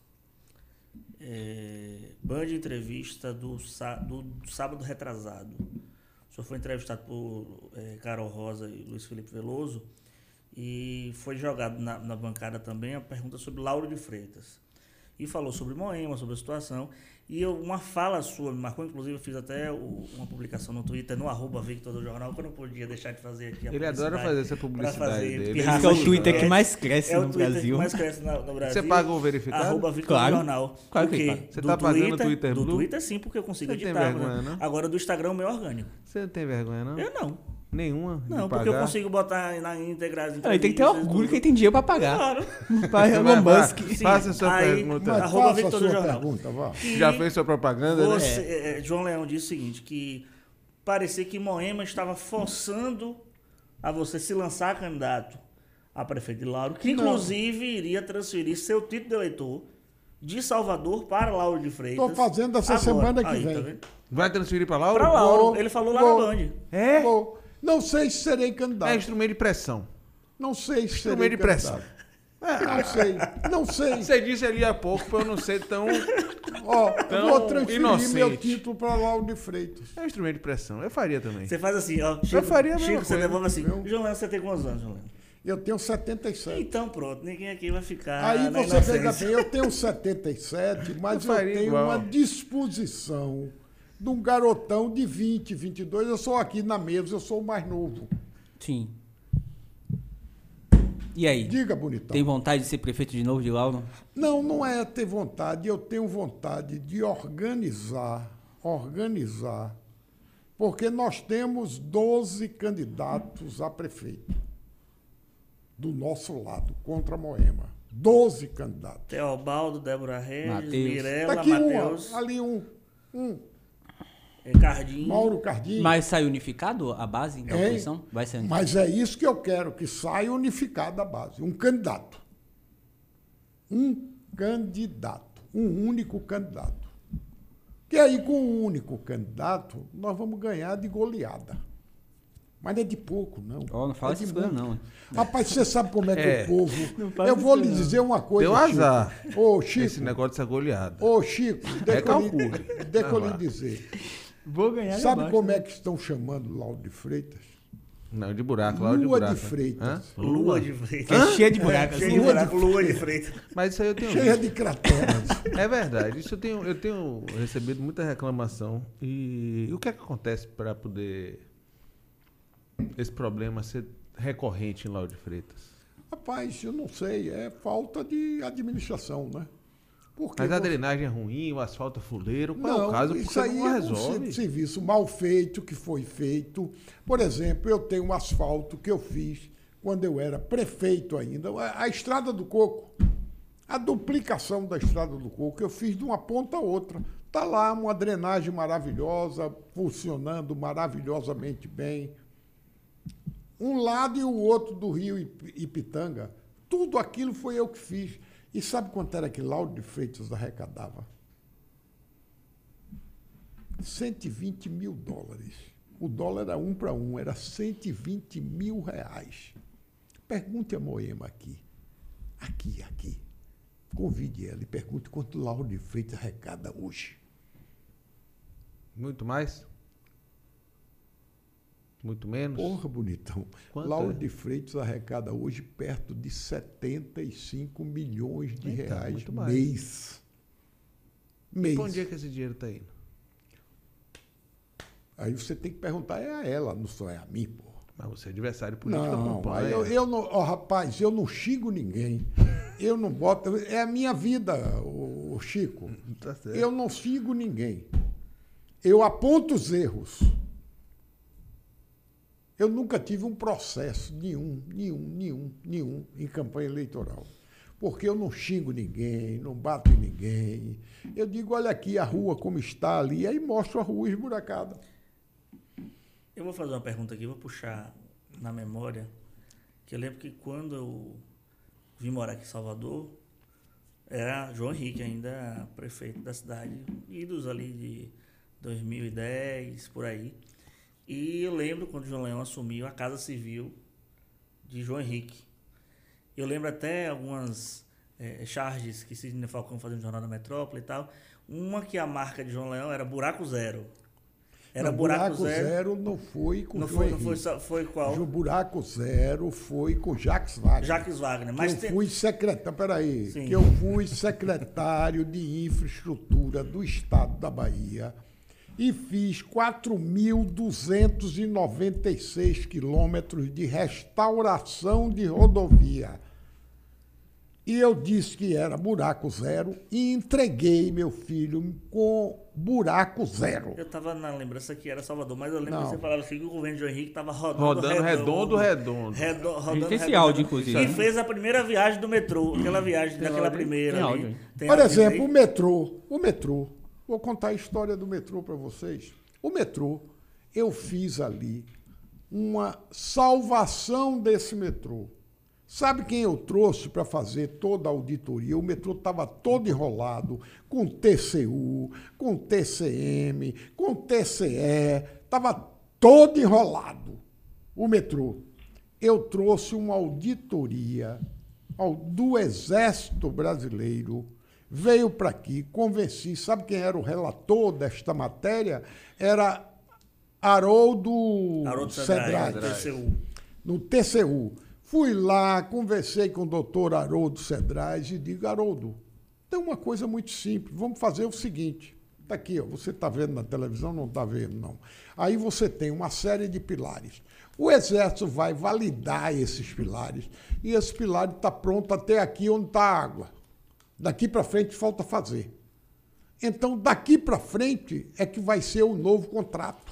Band entrevista do sábado retrasado. O senhor foi entrevistado por Carol Rosa e Luiz Felipe Veloso e foi jogado na bancada também a pergunta sobre Lauro de Freitas. E falou sobre Moema, sobre a situação. E uma fala sua me marcou, inclusive eu fiz até uma publicação no Twitter, no @Victor do Jornal, que eu não podia deixar de fazer aqui. Ele adora fazer essa publicidade dele. Esse é o Twitter que mais cresce no Brasil. É o Twitter que mais cresce no Brasil. Você paga o verificado? @Victor Claro. do Jornal. Claro que Porque paga. Você tá pagando o Twitter do Blue? Twitter sim, porque eu consigo Você tem editar. vergonha, né? não? Agora do Instagram o meu orgânico. Você não tem vergonha, não? Eu não. Nenhuma? de Não, porque eu pagar? consigo botar na íntegra as Ele tem que ter entrevistas, orgulho tudo. que ele tem dinheiro pra pagar. Claro. Pai Vai, Elon vai. Musk. Sim. Faça a sua Aí, pergunta. Mas Arroba faça a Victor do sua Jornal. pergunta, vá. Já fez sua propaganda, né? Você, João Leão disse o seguinte, que parecia que Moema estava forçando a você se lançar candidato a prefeito de Lauro, que inclusive iria transferir seu título de eleitor de Salvador para Lauro de Freitas. Estou fazendo essa agora. semana que Aí, vem. tá vendo? Vai transferir pra Lauro? Para Lauro. Vou, Ele falou lá vou. na Band. É? Bom, não sei se serei É candidato. instrumento de pressão. Não sei se Instrumento serei de pressão. candidato. Não sei. Não sei. Você disse ali há pouco pra eu não ser tão... Ó, eu Tão vou transferir inocente. meu título para Lauro de Freitas. É um instrumento de pressão. Eu faria também. Você faz assim, ó. Chico, faria a mesma Chico, você coisa. devolve assim. Viu? João Leão, você tem quantos anos, João Leão? Eu tenho 77. Então pronto, ninguém aqui vai ficar Aí na você veja inocência. bem, eu tenho 77, mas Eu eu faria tenho igual. uma disposição de um garotão de 20, 22. Eu sou aqui na mesa, eu sou o mais novo. Sim. E aí? Diga, bonitão. Tem vontade de ser prefeito de novo de Lauro? Não, não é ter vontade. Eu tenho vontade de organizar, porque nós temos 12 candidatos a prefeito do nosso lado, contra Moema. 12 candidatos. Teobaldo, Débora Regis, Mateus. Mirella, Tá aqui Matheus, ali um Cardinho. Mauro Cardinho. Mas sai unificado a base da É, oposição? Vai ser unificado. Mas é isso que eu quero, que saia unificada a base. Um candidato. Um candidato. Um único candidato. Que aí, com um único candidato, nós vamos ganhar de goleada. Mas não é de pouco, não. Ó, não fala É de essas coisas, muito. não. Rapaz, você sabe como é que É. o povo... fala Eu vou isso, lhe não. dizer uma coisa, Deu Chico. azar. Ô, Chico. Esse negócio dessa goleada. Ô, Chico, deixa calcule. eu lhe dizer. Vou ganhar. Sabe como é que estão chamando Lauro de Freitas? Não, de buraco. Lauro de Lua buraco. de Freitas. Lua de Freitas. Que é cheia de buracos. Cheio assim. de buraco, Lua de Freitas. Mas isso aí eu tenho Cheia visto. de crateras. É verdade. Isso eu tenho recebido muita reclamação. E o que é que acontece para poder esse problema ser recorrente em Lauro de Freitas? Rapaz, eu não sei, é falta de administração, né? Porque Mas a você- drenagem é ruim, o asfalto é fuleiro. Qual é Não, o caso? isso Porque aí não é resolve. um serviço mal feito que foi feito. Por exemplo, eu tenho um asfalto que eu fiz quando eu era prefeito ainda, a Estrada do Coco. A duplicação da Estrada do Coco eu fiz de uma ponta a outra. Está lá uma drenagem maravilhosa, funcionando maravilhosamente bem. Um lado e o outro do rio Ipitanga. Tudo aquilo foi eu que fiz. E sabe quanto era que Lauro de Freitas arrecadava? 120 mil dólares. O dólar era 1 para 1, era 120 mil reais. Pergunte a Moema aqui. Aqui. Convide ela e pergunte quanto Lauro de Freitas arrecada hoje. Muito mais? Muito menos? Porra, bonitão. Quanto Lauro é? de Freitas arrecada hoje perto de 75 milhões de reais muito mais. mês. Pra onde é que esse dinheiro está indo? Aí você tem que perguntar a ela, não só é a mim, pô. Mas você é adversário político, Não, acompanha. eu não, rapaz, eu não xingo ninguém. Eu não boto. É a minha vida, o Chico. Tá certo. Eu não xingo ninguém. Eu aponto os erros. Eu nunca tive um processo nenhum em campanha eleitoral. Porque eu não xingo ninguém, não bato em ninguém. Eu digo, olha aqui a rua como está ali, aí mostro a rua esburacada. Eu vou fazer uma pergunta aqui, vou puxar na memória, que eu lembro que quando eu vim morar aqui em Salvador, era João Henrique ainda prefeito da cidade, idos ali de 2010, por aí. E eu lembro quando o João Leão assumiu a Casa Civil de João Henrique. Eu lembro até algumas charges que Sidney Falcão fazia no Jornal da Metrópole e tal. Uma que a marca de João Leão era Buraco Zero. Era não, Buraco Zero não foi com não João foi, Henrique. foi qual? O Buraco Zero foi com Jacques Wagner. Jacques Wagner. Mas eu fui secretário, peraí, Sim. que eu fui secretário de infraestrutura do Estado da Bahia e fiz 4.296 quilômetros de restauração de rodovia. E eu disse que era buraco zero e entreguei meu filho com buraco zero. Eu estava na lembrança que era Salvador, mas eu lembro Não. que você falava assim que o governo de João Henrique estava Rodando redondo. rodando Tem esse redondo. áudio, inclusive, E né? fez a primeira viagem do metrô, aquela viagem daquela áudio? primeira Tem ali. áudio. Tem Por áudio exemplo, aí? o metrô. Vou contar a história do metrô para vocês. O metrô, eu fiz ali uma salvação desse metrô. Sabe quem eu trouxe para fazer toda a auditoria? O metrô estava todo enrolado, com TCU, com TCM, com TCE, estava todo enrolado o metrô. Eu trouxe uma auditoria do Exército Brasileiro, veio para aqui, convenci, sabe quem era o relator desta matéria? Era Haroldo Cedrais, TCU. no TCU. Fui lá, conversei com o doutor Haroldo Cedrais e digo, Haroldo, tem uma coisa muito simples, vamos fazer o seguinte, está aqui, ó, você está vendo na televisão, não está vendo, não. Aí você tem uma série de pilares. O Exército vai validar esses pilares e esse pilar está pronto até aqui onde está a água. Daqui para frente falta fazer. Então, daqui para frente é que vai ser o novo contrato.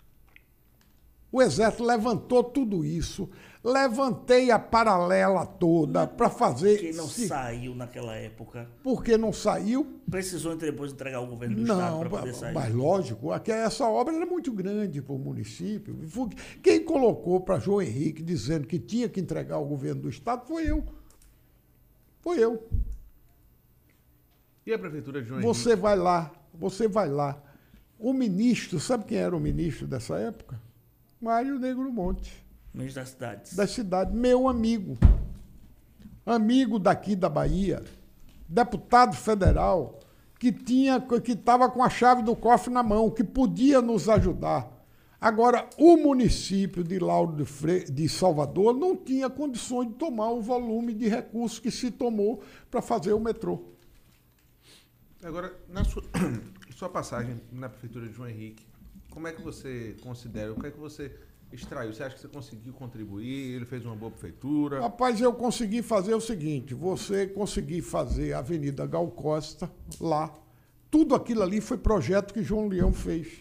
O Exército levantou tudo isso, levantei a paralela toda para fazer... Que não saiu naquela época. Por que não saiu? Precisou depois entregar ao governo do Estado para poder sair. Mas lógico, essa obra era muito grande para o município. Quem colocou para João Henrique dizendo que tinha que entregar ao governo do Estado foi eu. Foi eu. E a prefeitura de João Você vai lá. O ministro, sabe quem era o ministro dessa época? Mário Negro Monte. Ministro das cidades. Da cidade, meu amigo. Amigo daqui da Bahia, deputado federal, que estava com a chave do cofre na mão, que podia nos ajudar. Agora, o município de Lauro de Salvador não tinha condições de tomar o volume de recursos que se tomou para fazer o metrô. Agora, na sua passagem na prefeitura de João Henrique, como é que você considera, o que é que você extraiu? Você acha que você conseguiu contribuir? Ele fez uma boa prefeitura? Rapaz, eu consegui fazer o seguinte, consegui fazer a Avenida Gal Costa lá. Tudo aquilo ali foi projeto que João Leão fez.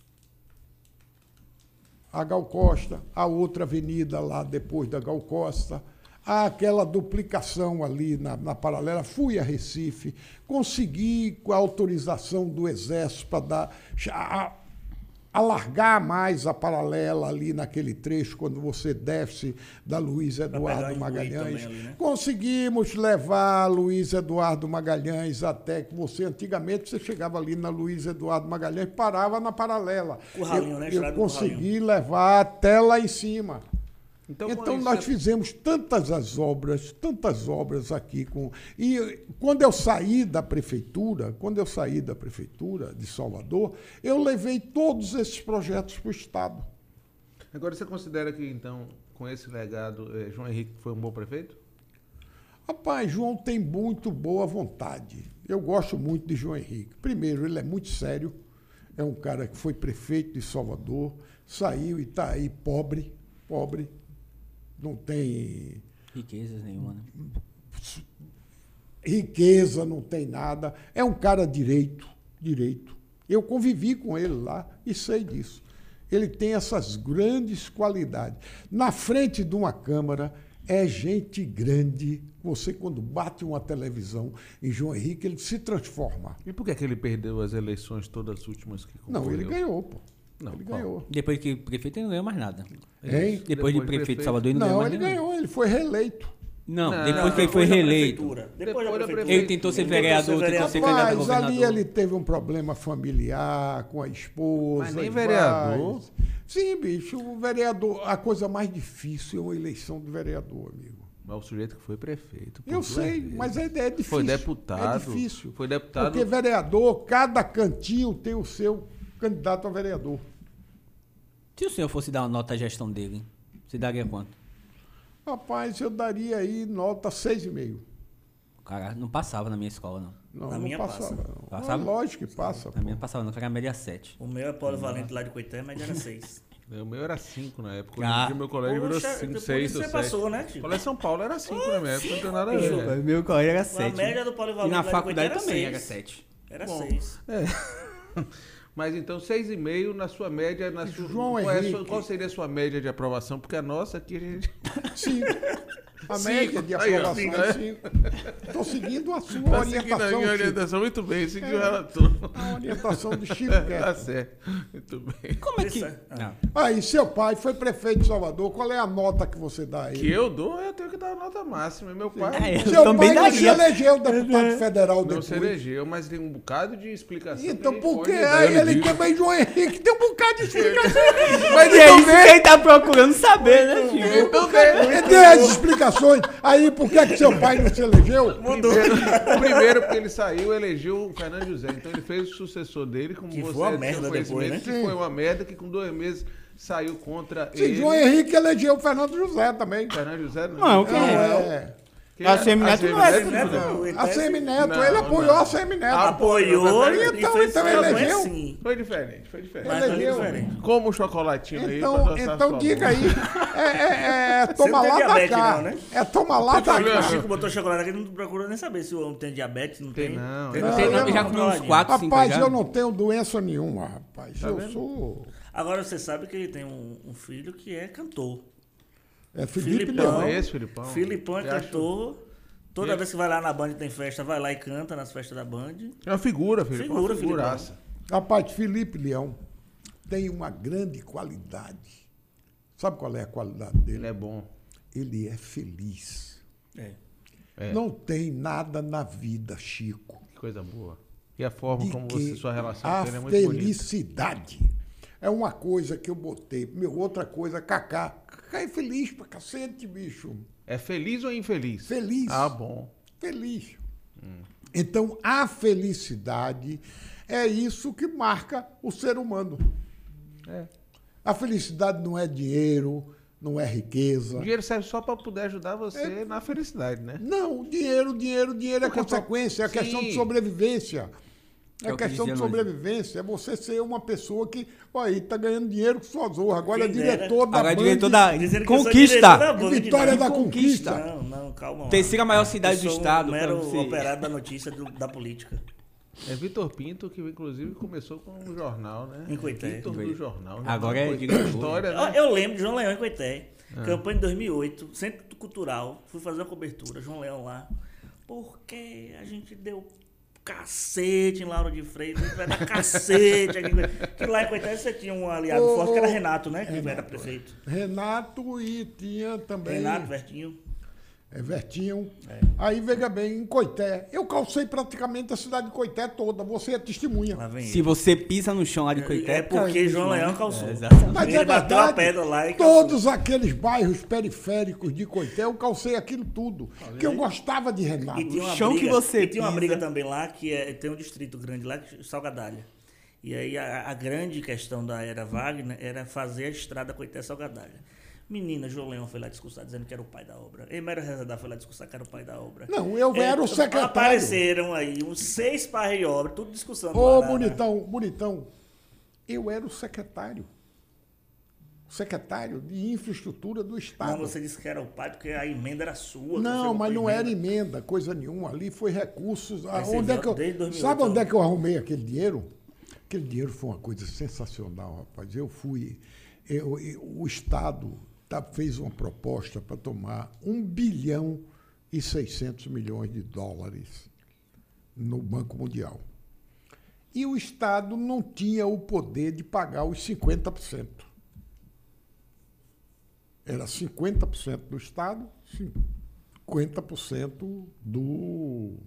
A Gal Costa, a outra avenida lá depois da Gal Costa, aquela duplicação ali na paralela, fui a Recife, consegui com a autorização do Exército para dar... alargar mais a paralela ali naquele trecho, quando você desce da Luiz Eduardo Magalhães. Ali, né? Conseguimos levar Luiz Eduardo Magalhães até que antigamente você chegava ali na Luiz Eduardo Magalhães, parava na paralela. Eu consegui levar até lá em cima. Então nós fizemos tantas obras aqui. E quando eu saí da prefeitura de Salvador, eu levei todos esses projetos para o Estado. Agora, você considera que, então, com esse legado, João Henrique foi um bom prefeito? Rapaz, João tem muito boa vontade. Eu gosto muito de João Henrique. Primeiro, ele é muito sério. É um cara que foi prefeito de Salvador, saiu e está aí pobre. Não tem riquezas nenhuma, né? Riqueza, não tem nada. É um cara direito. Eu convivi com ele lá e sei disso. Ele tem essas grandes qualidades. Na frente de uma câmara, é gente grande. Você, quando bate uma televisão em João Henrique, ele se transforma. E por que ele perdeu as eleições todas as últimas que concorreu? Não, ele ganhou, pô. Ele ganhou. Depois que prefeito, ele não ganhou mais nada. Depois de prefeito de Salvador, ele não ganhou mais nada. Não, ele ganhou, ele foi reeleito. Não, depois que ele foi reeleito. Depois da prefeitura. Ele tentou ser vereador, tentou ser candidato a governador. Ali ele teve um problema familiar com a esposa. Mas nem vereador. Sim, bicho, o vereador, a coisa mais difícil é uma eleição de vereador, amigo. Mas o sujeito que foi prefeito. Eu sei, mas é difícil. Foi deputado. É difícil. Foi deputado. Porque vereador, cada cantinho tem o seu candidato a vereador. Se o senhor fosse dar uma nota à gestão dele, você daria quanto? Rapaz, eu daria aí nota 6,5. Cara, não passava na minha escola, não. Não passava. Não. Passava? Lógico que passa. Na minha não passava, não. Cara, média 7. O meu é polivalente lá de Coité, média era 6. O meu era 5 na época. Hoje meu colégio virou 5, 6 ou 7. Você passou, né, Chico? O colégio São Paulo era 5 na minha época, não tem nada a ver. Meu colégio era 7. A média do polivalente e na faculdade era também 6. era 7. Era 6. Mas então 6,5 na sua média, qual seria a sua média de aprovação? Porque a nossa aqui a gente... 5. A média de aprovação é 5. Estou seguindo a sua orientação. Seguindo a minha orientação, muito bem. Seguiu ela toda. A orientação do Chico Guedes. Tá certo. Muito bem. Como é que... Aí, seu pai foi prefeito de Salvador. Qual é a nota que você dá a ele? Que eu dou, eu tenho que dar a nota máxima. Meu pai... Seu pai não se elegeu deputado federal não depois. Não se elegeu, mas tem um bocado de explicação. Então por que ele também, João Henrique, tem um bocado de explicação? Mas é isso que ele tá procurando saber, né, Chico? Então tem as explicações. Aí, por que seu pai não se elegeu? Primeiro, porque ele saiu e elegeu o Fernando José. Então ele fez o sucessor dele, como que você foi uma merda depois, né? Que foi uma merda, que com 2 meses saiu contra ele. João Henrique elegeu o Fernando José também. Fernando José não. Não, quem é? A Semineto não é. A Semineto, ele apoiou a Semineto. Apoiou então elegeu. Foi diferente. Elegeu. Como o chocolatinho aí. Então diga aí. Toma lá da cá. Né? Toma lá da cá. O Chico botou chocolate aqui, não procurou nem saber se o homem tem diabetes, não tem. Não. Eu já comi uns 4, 5 Rapaz, eu não tenho doença nenhuma, rapaz. Eu sou... Agora você sabe que ele tem um filho que é cantor. É Felipe Leão. Filipão é cantor. Toda vez que vai lá na Band tem festa, vai lá e canta nas festas da Band. É uma figura, Filipão. Figuraça. Rapaz, Felipe Leão tem uma grande qualidade. Sabe qual é a qualidade dele? Ele é bom. Ele é feliz. Não tem nada na vida, Chico. Que coisa boa. E a forma como sua relação com ele é muito bonita. A felicidade é uma coisa que eu botei. Outra coisa, Cacá. Cacá é feliz pra cacete, bicho. É feliz ou infeliz? Feliz. Ah, bom. Feliz. Então, a felicidade é isso que marca o ser humano. A felicidade não é dinheiro, não é riqueza. O dinheiro serve só para poder ajudar você na felicidade, né? Não, dinheiro é consequência, é questão de sobrevivência. É questão de sobrevivência, é você ser uma pessoa que, tá ganhando dinheiro com suas honras. Agora é diretor da Band. Diretor da Conquista. Vitória da Conquista. Não, calma lá. Terceira maior cidade do estado. Um mero operário da notícia da política. É Vitor Pinto, que inclusive começou com um jornal, né? Em Coité. Vitor do jornal. Agora é história, né? Eu lembro de João Leão em Coité. Campanha de 2008, Centro Cultural. Fui fazer uma cobertura, João Leão lá. Porque a gente deu cacete em Lauro de Freitas, vai dar cacete. Que lá em Coité você tinha um aliado forte, que era Renato, né? Que era prefeito. Renato e tinha também... Renato, Vertinho. Vertinho. Aí, veja bem, em Coité, eu calcei praticamente a cidade de Coité toda, você é testemunha. Se você pisa no chão lá de Coité... É porque João Leão calçou. Mas ele é bateu a verdade, pedra lá e todos aqueles bairros periféricos de Coité, eu calcei aquilo tudo, porque eu gostava de Renato. E tinha uma chão briga, que você e tinha uma pisa. briga também lá, tem um distrito grande lá, Salgadalha. E aí a grande questão da era Wagner era fazer a estrada Coité-Salgadalha. Menina, João Leão foi lá discursar dizendo que era o pai da obra. Emério Rezedar foi lá discursar que era o pai da obra. Não, eu era o secretário. Apareceram aí uns 6 pares de obra, tudo discussão. Ô, bonitão, eu era o secretário. Secretário de Infraestrutura do Estado. Não, você disse que era o pai porque a emenda era sua. Não, mas não era emenda, coisa nenhuma. Ali foi recursos. Sabe onde é que eu arrumei aquele dinheiro? Aquele dinheiro foi uma coisa sensacional, rapaz. O Estado fez uma proposta para tomar 1 bilhão e 600 milhões de dólares no Banco Mundial. E o Estado não tinha o poder de pagar os 50%. Era 50% do Estado, 50% do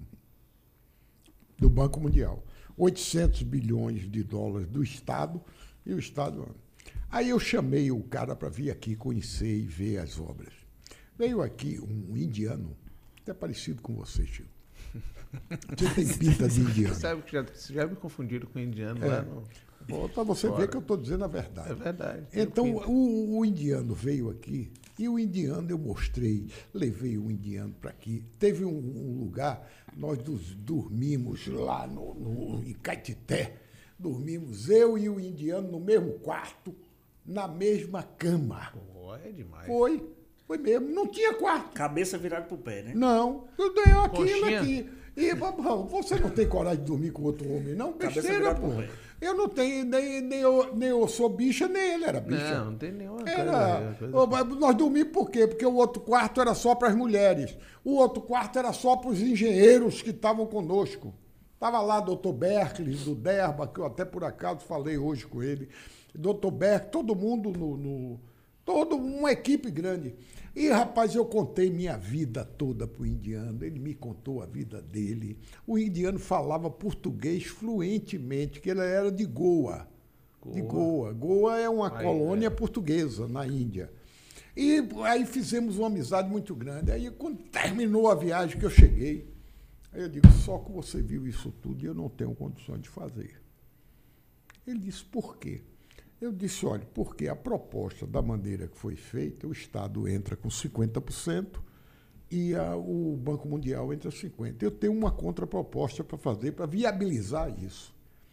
Banco Mundial. 800 bilhões de dólares do Estado e o Estado... Aí eu chamei o cara para vir aqui conhecer e ver as obras. Veio aqui um indiano, até parecido com você, Chico. Você tem pinta de indiano. Você sabe que já me confundiram com indiano lá no... Para você ver que eu estou dizendo a verdade. É verdade. Então, o indiano veio aqui e o indiano eu mostrei, levei o indiano para aqui. Teve um lugar, nós dormimos lá em Caetité. Dormimos eu e o indiano no mesmo quarto, na mesma cama. Pô, é demais. Foi mesmo. Não tinha quarto. Cabeça virada pro pé, né? Não. Eu dei aquilo aqui. E, você não tem coragem de dormir com outro homem, não? Besteira, pô. Eu não tenho, nem eu sou bicha, nem ele era bicha. Não tem nenhuma coisa. Nós dormimos por quê? Porque o outro quarto era só para as mulheres. O outro quarto era só para os engenheiros que estavam conosco. Estava lá doutor Berkeley, do Derba, que eu até por acaso falei hoje com ele. Doutor Berkeley, todo mundo toda uma equipe grande. E, rapaz, eu contei minha vida toda para o indiano. Ele me contou a vida dele. O indiano falava português fluentemente, que ele era de Goa. De Goa. Goa é uma colônia portuguesa na Índia. E aí fizemos uma amizade muito grande. Aí, quando terminou a viagem que eu cheguei, aí eu digo, só que você viu isso tudo e eu não tenho condições de fazer. Ele disse, por quê? Eu disse, olha, porque a proposta da maneira que foi feita, o Estado entra com 50% e o Banco Mundial entra 50%. Eu tenho uma contraproposta para fazer, para viabilizar isso.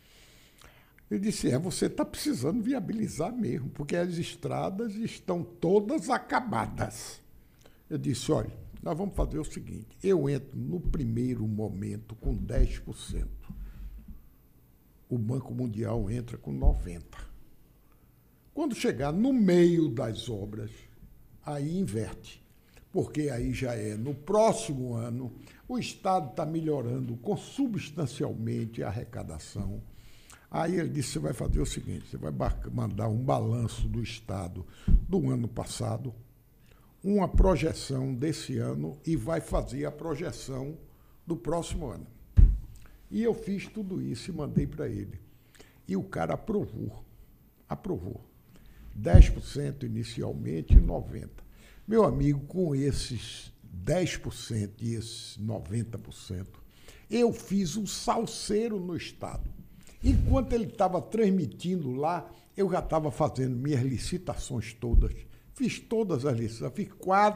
Ele disse, você está precisando viabilizar mesmo, porque as estradas estão todas acabadas. Eu disse, olha, nós vamos fazer o seguinte, eu entro no primeiro momento com 10%. O Banco Mundial entra com 90%. Quando chegar no meio das obras, aí inverte, porque aí já é no próximo ano, o Estado está melhorando substancialmente a arrecadação. Aí ele disse, você vai fazer o seguinte, você vai mandar um balanço do Estado do ano passado, uma projeção desse ano e vai fazer a projeção do próximo ano. E eu fiz tudo isso e mandei para ele. E o cara aprovou. 10% inicialmente e 90%. Meu amigo, com esses 10% e esses 90%, eu fiz um salseiro no Estado. Enquanto ele estava transmitindo lá, eu já estava fazendo minhas licitações todas. Fiz todas as licitações, fiz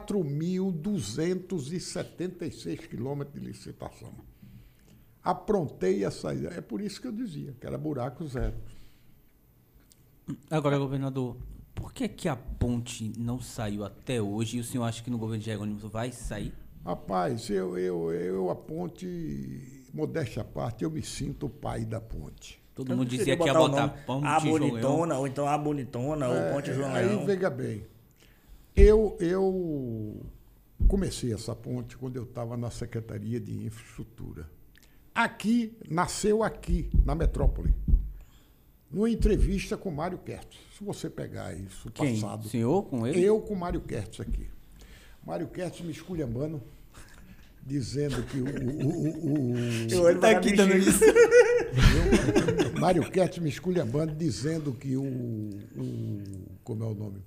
4.276 quilômetros de licitação. Aprontei essa... É por isso que eu dizia, que era buraco zero. Agora, governador, por que a ponte não saiu até hoje e o senhor acha que no governo de Jerônimo vai sair? Rapaz, a ponte, modéstia à parte, eu me sinto o pai da ponte. Todo mundo dizia que ia botar ponte a Bonitona, ou então a Bonitona, ou Ponte João Leão. Aí, veja bem, eu comecei essa ponte quando eu estava na Secretaria de Infraestrutura. Nasceu aqui, na metrópole. Numa entrevista com Mário Kertz. Se você pegar isso, Quem? passado. Senhor com ele? Eu com Mário Kertz aqui. Mário Kertz me esculhambando, dizendo que Eu tá aqui dando isso. Mário Kertz me esculhambando, dizendo que como é o nome?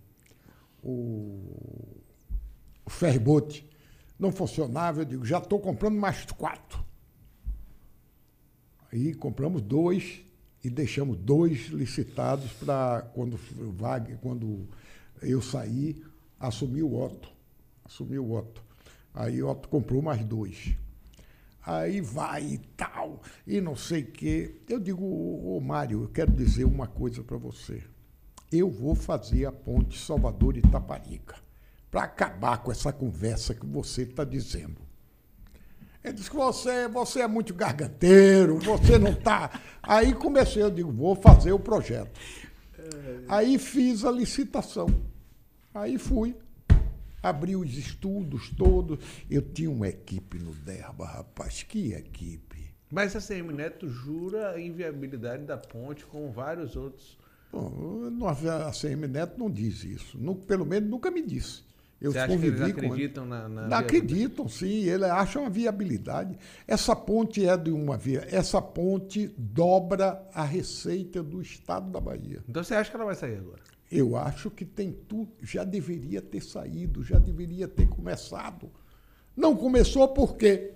O ferryboat não funcionava. Eu digo, já estou comprando mais 4. Aí compramos 2 e deixamos 2 licitados para quando eu saí, assumir o Otto. Aí o Otto comprou mais 2. Aí vai e tal, e não sei o quê. Eu digo, ô Mário, eu quero dizer uma coisa para você. Eu vou fazer a ponte Salvador-Itaparica para acabar com essa conversa que você está dizendo. Ele disse que você é muito garganteiro, você não está... Aí comecei, eu digo, vou fazer o projeto. Aí fiz a licitação. Aí fui. Abri os estudos todos. Eu tinha uma equipe no Derba, rapaz. Que equipe. Mas a CM Neto jura a inviabilidade da ponte com vários outros. Bom, a CM Neto não diz isso. Pelo menos nunca me disse. Você acha que eles acreditam na acreditam, sim. Eles acham a viabilidade. Essa ponte essa ponte dobra a receita do estado da Bahia. Então você acha que ela vai sair agora? Eu acho que tem tudo, já deveria ter saído, já deveria ter começado. Não começou por quê?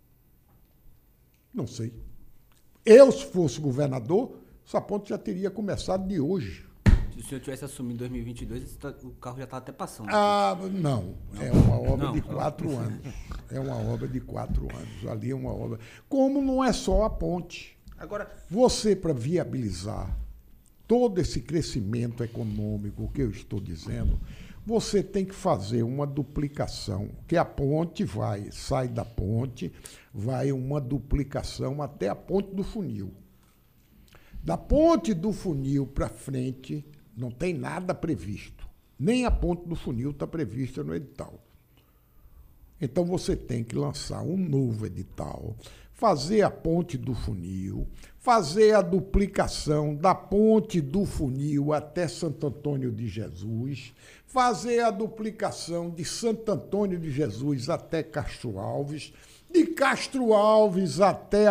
Não sei. Eu, se fosse governador, essa ponte já teria começado de hoje. Se o senhor tivesse assumido em 2022, o carro já estava até passando. Não. É uma obra de 4 anos. É uma obra de 4 anos. Ali é uma obra... Como não é só a ponte. Agora, você, para viabilizar todo esse crescimento econômico que eu estou dizendo, você tem que fazer uma duplicação, que a ponte sai da ponte, vai uma duplicação até a ponte do funil. Da ponte do funil para frente, não tem nada previsto. Nem a ponte do funil está prevista no edital. Então você tem que lançar um novo edital, fazer a ponte do funil, fazer a duplicação da ponte do funil até Santo Antônio de Jesus, fazer a duplicação de Santo Antônio de Jesus até Castro Alves, de Castro Alves até a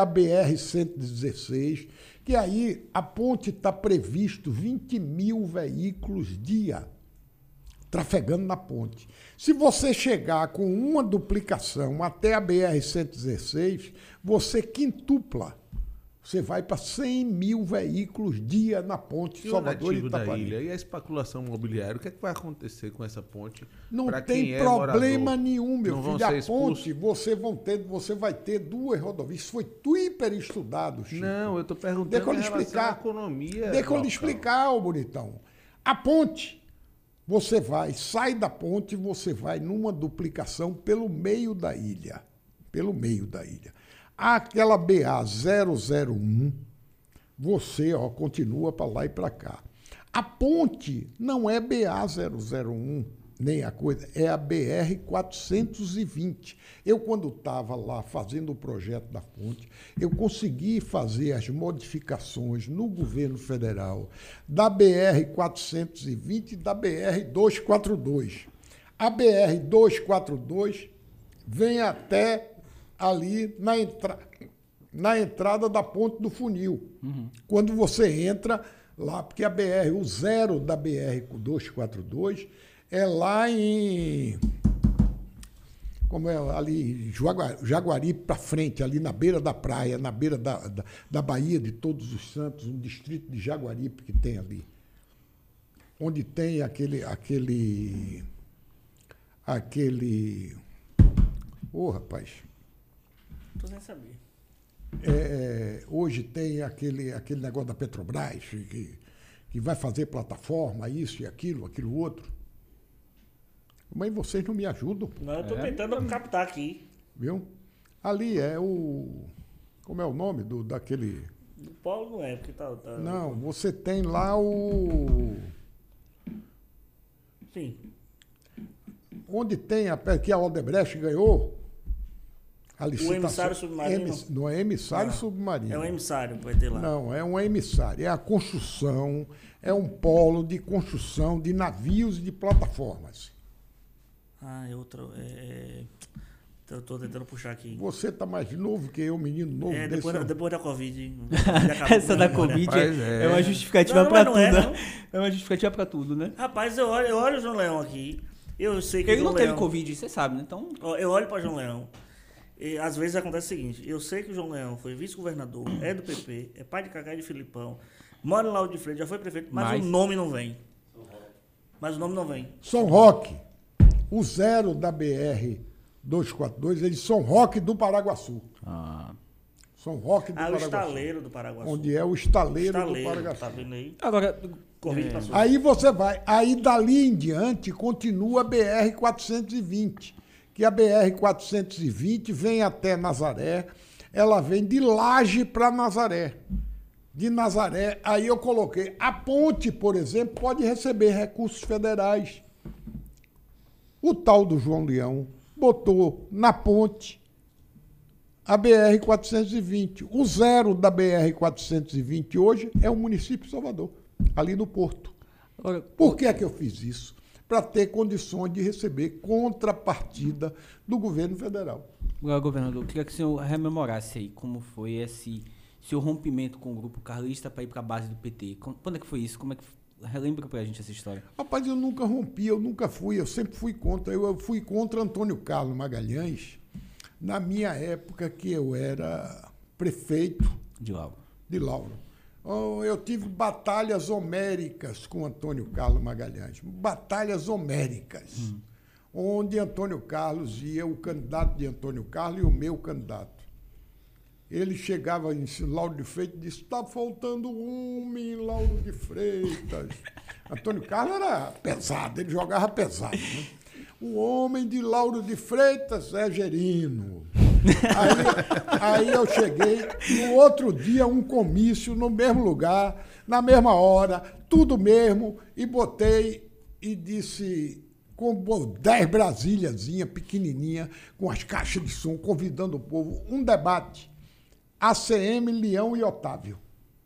BR-116, que aí a ponte está previsto 20 mil veículos dia trafegando na ponte. Se você chegar com uma duplicação até a BR-116, você quintupla. Você vai para 100 mil veículos dia na ponte Salvador e Itaparica. E a especulação imobiliária, o que é que vai acontecer com essa ponte? Não tem problema nenhum, meu filho. A ponte, você vai ter 2 rodovias. Isso foi hiper estudado, Chico. Não, eu estou perguntando em relação à economia. Deixa eu lhe explicar, ô bonitão. A ponte, você sai da ponte, você vai numa duplicação pelo meio da ilha. Pelo meio da ilha. Aquela BA-001, você continua para lá e para cá. A ponte não é BA-001, nem a coisa, é a BR-420. Eu, quando estava lá fazendo o projeto da ponte, eu consegui fazer as modificações no governo federal da BR-420 e da BR-242. A BR-242 vem até ali na entrada da ponte do funil. Uhum. Quando você entra lá, porque o zero da BR-242 é lá em... Como é ali, Jaguaribe para frente, ali na beira da praia, na beira da Baía de Todos os Santos, um distrito de Jaguaribe que tem ali. Onde tem aquele... rapaz... Tô sem saber. Hoje tem aquele negócio da Petrobras que vai fazer plataforma, isso e aquilo outro. Mas vocês não me ajudam. Não, eu estou tentando captar aqui. Viu? Ali é o... Como é o nome daquele... Do Paulo não é, porque tá... Não, você tem lá o... Sim. Onde tem que a Odebrecht ganhou... A licitação, o emissário submarino? Não é emissário submarino. É um emissário que vai ter lá. Não, é um emissário. É a construção, é um polo de construção de navios e de plataformas. É outro. Eu tô tentando puxar aqui. Você tá mais novo que eu, menino novo. Depois da Covid. Essa da Covid é uma justificativa para tudo. É uma justificativa para tudo, né? Rapaz, eu olho o João Leão aqui. Eu sei que ele não teve Covid, você sabe, né? Então... Eu olho para João Leão. E às vezes acontece o seguinte: eu sei que o João Leão foi vice-governador, é do PP, é pai de Cacá e de Filipão, mora em Lauro de Freitas, já foi prefeito, mas o nome não vem. São Roque. O 0 da BR-242, eles São Roque do Paraguaçu. São Roque do Paraguaçu. O estaleiro do Paraguaçu. Onde é o estaleiro do Paraguaçu. Tá vendo aí? Agora, aí você vai. Aí dali em diante continua a BR-420. Que a BR-420 vem até Nazaré. Ela vem de Laje para Nazaré. De Nazaré, aí eu coloquei. A ponte, por exemplo, pode receber recursos federais. O tal do João Leão botou na ponte a BR-420. O 0 da BR-420 hoje é o município de Salvador, ali no Porto. Por que é que eu fiz isso? Para ter condições de receber contrapartida do governo federal. Agora, governador, eu queria que o senhor rememorasse aí como foi esse seu rompimento com o grupo carlista para ir para a base do PT. Quando é que foi isso? Como é que relembra pra gente essa história. Rapaz, eu nunca rompi, eu nunca fui, eu sempre fui contra. Eu fui contra Antônio Carlos Magalhães na minha época que eu era prefeito de Lauro. Eu tive batalhas homéricas com Antônio Carlos Magalhães. Batalhas homéricas. Onde Antônio Carlos ia, o candidato de Antônio Carlos e o meu candidato. Ele chegava em Lauro de Freitas e disse: está faltando um homem em Lauro de Freitas. Antônio Carlos era pesado, ele jogava pesado. Né? O homem de Lauro de Freitas é Gerino. Aí eu cheguei, no outro dia, um comício no mesmo lugar, na mesma hora, tudo mesmo, e botei e disse, com 10 Brasíliazinha pequenininha, com as caixas de som, convidando o povo, um debate. ACM, Leão e Otávio.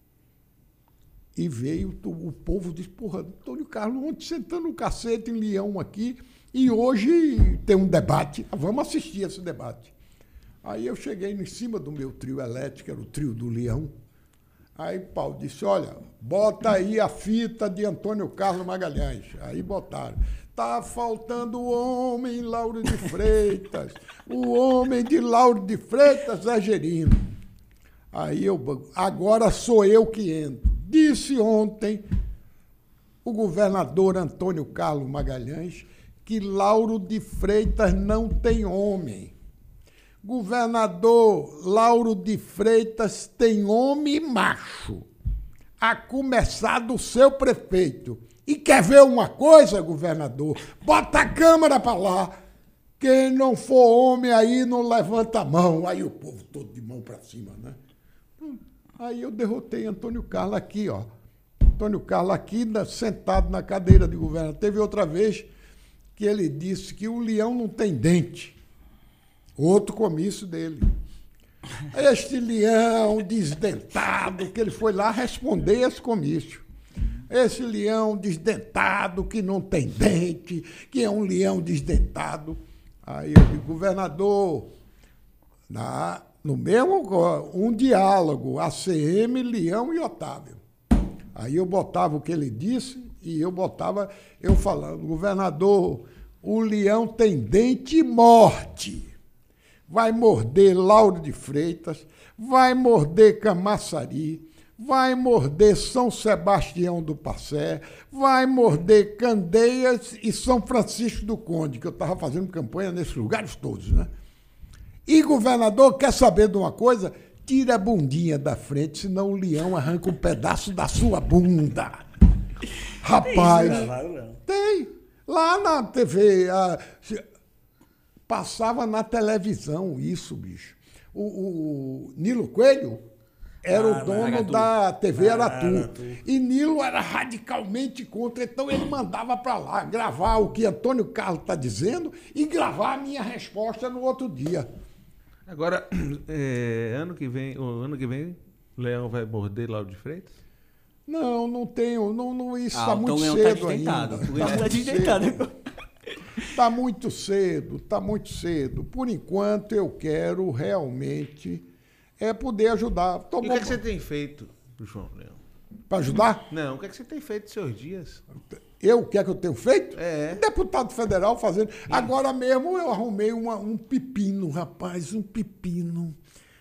E veio, o povo disse, porra, Antônio Carlos ontem sentando o cacete em Leão aqui, e hoje tem um debate, vamos assistir esse debate. Aí eu cheguei em cima do meu trio elétrico, era o trio do Leão. Aí Paulo disse, olha, bota aí a fita de Antônio Carlos Magalhães. Aí botaram. Tá faltando homem em Lauro de Freitas. O homem de Lauro de Freitas é Gerino. Aí agora sou eu que entro. Disse ontem o governador Antônio Carlos Magalhães que Lauro de Freitas não tem homem. Governador Lauro de Freitas tem homem macho, a começar do seu prefeito. E quer ver uma coisa, governador? Bota a Câmara para lá. Quem não for homem aí não levanta a mão. Aí o povo todo de mão para cima, né? Aí eu derrotei Antônio Carlos aqui, ó. Antônio Carlos aqui, sentado na cadeira de governador. Teve outra vez que ele disse que o leão não tem dente. Outro comício dele. Este leão desdentado, que ele foi lá responder esse comício. Esse leão desdentado, que não tem dente, que é um leão desdentado. Aí eu digo, governador, no mesmo, um diálogo, ACM, Leão e Otávio. Aí eu botava o que ele disse e eu falando, governador, o leão tem dente e morte. Vai morder Lauro de Freitas, vai morder Camaçari, vai morder São Sebastião do Passé, vai morder Candeias e São Francisco do Conde, que eu estava fazendo campanha nesses lugares todos, né? E, governador, quer saber de uma coisa? Tira a bundinha da frente, senão o leão arranca um pedaço da sua bunda. Rapaz, tem. Lá na TV... Passava na televisão isso, bicho. O Nilo Coelho era o dono da TV Aratu. E Nilo era radicalmente contra, então ele mandava para lá gravar o que Antônio Carlos está dizendo e gravar a minha resposta no outro dia. Agora, ano que vem, o Leão vai morder Lauro de Freitas? Não tenho. Isso está muito então cedo ainda. Está muito cedo. Por enquanto, eu quero realmente poder ajudar. E o que você tem feito, João Leão? Para ajudar? Não, o que você tem feito nos seus dias? O que é que eu tenho feito? Deputado federal fazendo. Agora mesmo eu arrumei um pepino, rapaz, um pepino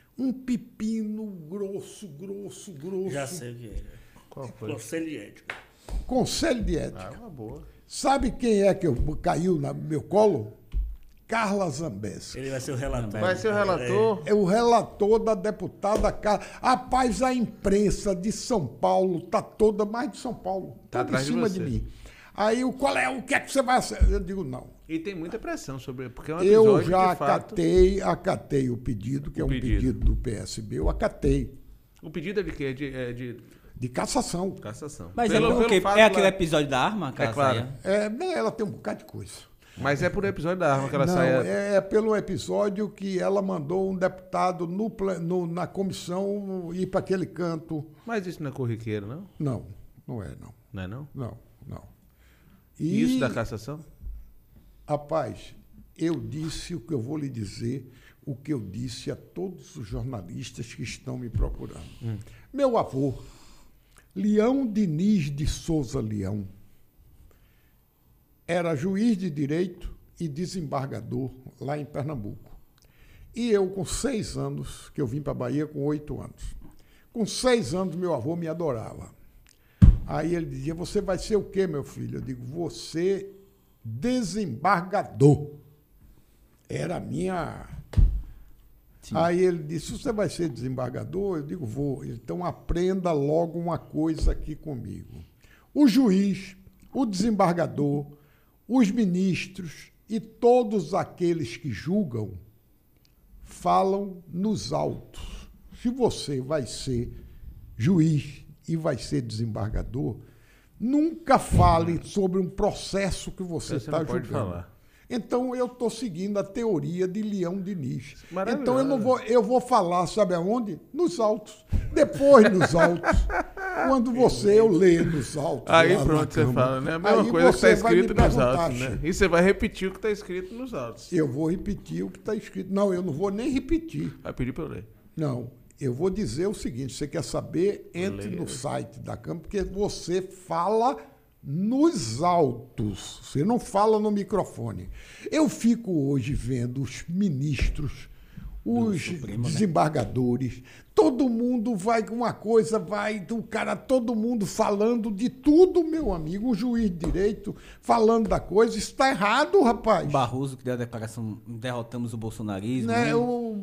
grosso. Já sei o que é. Qual foi? Conselho de Ética. Conselho de Ética. Uma boa. Sabe quem é que caiu no meu colo? Carla Zambeschi. Ele vai ser o relator. Vai ser o relator? É o relator da deputada Carla. Rapaz, a imprensa de São Paulo tá toda, mais de São Paulo, tá toda em cima de mim. Aí o que é que você vai fazer? Eu digo não. E tem muita pressão sobre, porque é um episódio eu já de fato... acatei o pedido, que é um pedido do PSB, eu acatei. O pedido é de quê? De cassação. Mas é aquele episódio da arma, cara? É claro. Ela tem um bocado de coisa. Mas é por episódio da arma que ela não, sai. É pelo episódio que ela mandou um deputado na comissão ir para aquele canto. Mas isso não é corriqueiro, não? Não é, não. Não é, não? Não. E isso da cassação? Rapaz, eu disse o que eu vou lhe dizer, o que eu disse a todos os jornalistas que estão me procurando. Meu avô, Leão Diniz de Souza Leão, era juiz de direito e desembargador lá em Pernambuco. E eu, com 6 anos, que eu vim para a Bahia com 8 anos, com 6 anos meu avô me adorava. Aí ele dizia, você vai ser o quê, meu filho? Eu digo, você desembargador. Era a minha... Sim. Aí ele disse, você vai ser desembargador? Eu digo, vou. Então aprenda logo uma coisa aqui comigo. O juiz, o desembargador, os ministros e todos aqueles que julgam falam nos autos. Se você vai ser juiz e vai ser desembargador, nunca fale sobre um processo que você está julgando. Pode falar. Então, eu estou seguindo a teoria de Leão Diniz. Então, eu vou falar, sabe aonde? Nos autos. Depois nos autos. Quando eu ler nos autos. Aí pronto, você fala, né? A mesma coisa que está escrito nos autos, né? E você vai repetir o que está escrito nos autos. Eu vou repetir o que está escrito. Não, eu não vou nem repetir. Vai pedir para eu ler. Não, eu vou dizer o seguinte, você quer saber, entre no site da Câmara, porque você fala nos autos, você não fala no microfone. Eu fico hoje vendo os ministros, os desembargadores, né? Todo mundo vai com uma coisa, todo mundo falando de tudo, meu amigo. Um juiz de direito falando da coisa, isso está errado, rapaz. Barroso que deu a declaração, derrotamos o bolsonarismo. Né?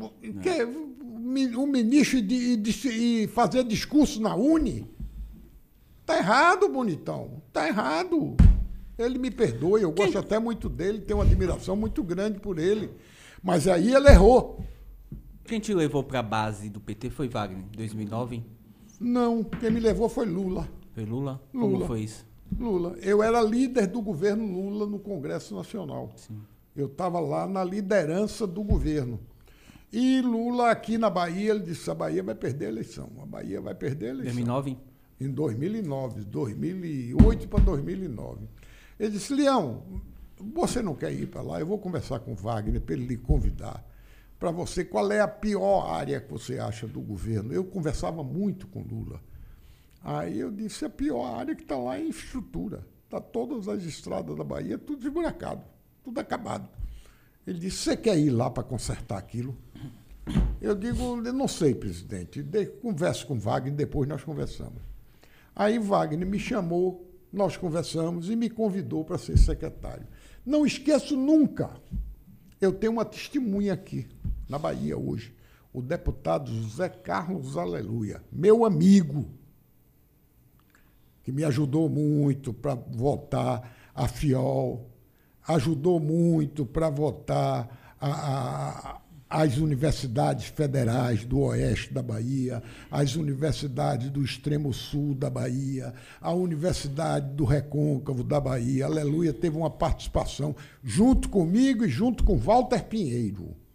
O ministro de fazer discurso na Uni. Tá errado, bonitão. Tá errado. Ele me perdoe, eu gosto até muito dele, tenho uma admiração muito grande por ele. Mas aí ele errou. Quem te levou para a base do PT foi Wagner, em 2009? Não, quem me levou foi Lula. Foi Lula? Lula. Como foi isso? Lula. Eu era líder do governo Lula no Congresso Nacional. Sim. Eu estava lá na liderança do governo. E Lula aqui na Bahia, ele disse, a Bahia vai perder a eleição. A Bahia vai perder a eleição. 2009? Em 2009, 2008 para 2009. Ele disse, Leão, você não quer ir para lá? Eu vou conversar com o Wagner para ele lhe convidar. Para você, qual é a pior área que você acha do governo? Eu conversava muito com Lula. Aí eu disse, a pior área que está lá é infraestrutura. Está todas as estradas da Bahia, tudo esburacado, tudo acabado. Ele disse, você quer ir lá para consertar aquilo? Eu digo, eu não sei, presidente. Converso com o Wagner, depois nós conversamos. Aí Wagner me chamou, nós conversamos e me convidou para ser secretário. Não esqueço nunca. Eu tenho uma testemunha aqui, na Bahia hoje, o deputado José Carlos Aleluia, meu amigo, que me ajudou muito para votar a FIOL, ajudou muito para votar as universidades federais do oeste da Bahia, as universidades do extremo sul da Bahia, a Universidade do Recôncavo da Bahia. Aleluia, teve uma participação junto comigo e junto com Walter Pinheiro.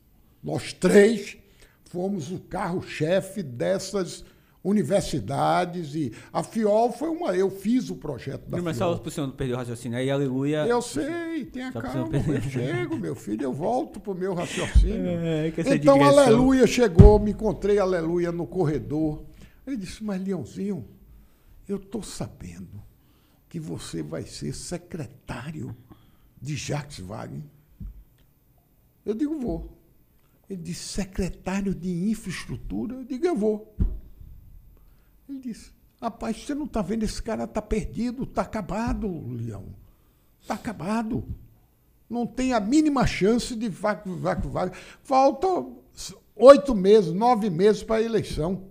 Nós 3 fomos o carro-chefe dessas universidades e a FIOL foi eu fiz o projeto da Mas FIOL. só para você não perder o raciocínio aí, aleluia. Eu sei, tenha calma, eu chego, meu filho, eu volto pro meu raciocínio. Então, aleluia chegou, me encontrei aleluia no corredor. Ele disse, mas Leãozinho, eu estou sabendo que você vai ser secretário de Jacques Wagner. Eu digo, vou. Ele disse, secretário de infraestrutura? Eu digo, eu vou. Ele disse, rapaz, você não está vendo, esse cara está perdido, está acabado, Leão. Está acabado. Não tem a mínima chance de Wagner. Falta 8 meses, 9 meses para a eleição.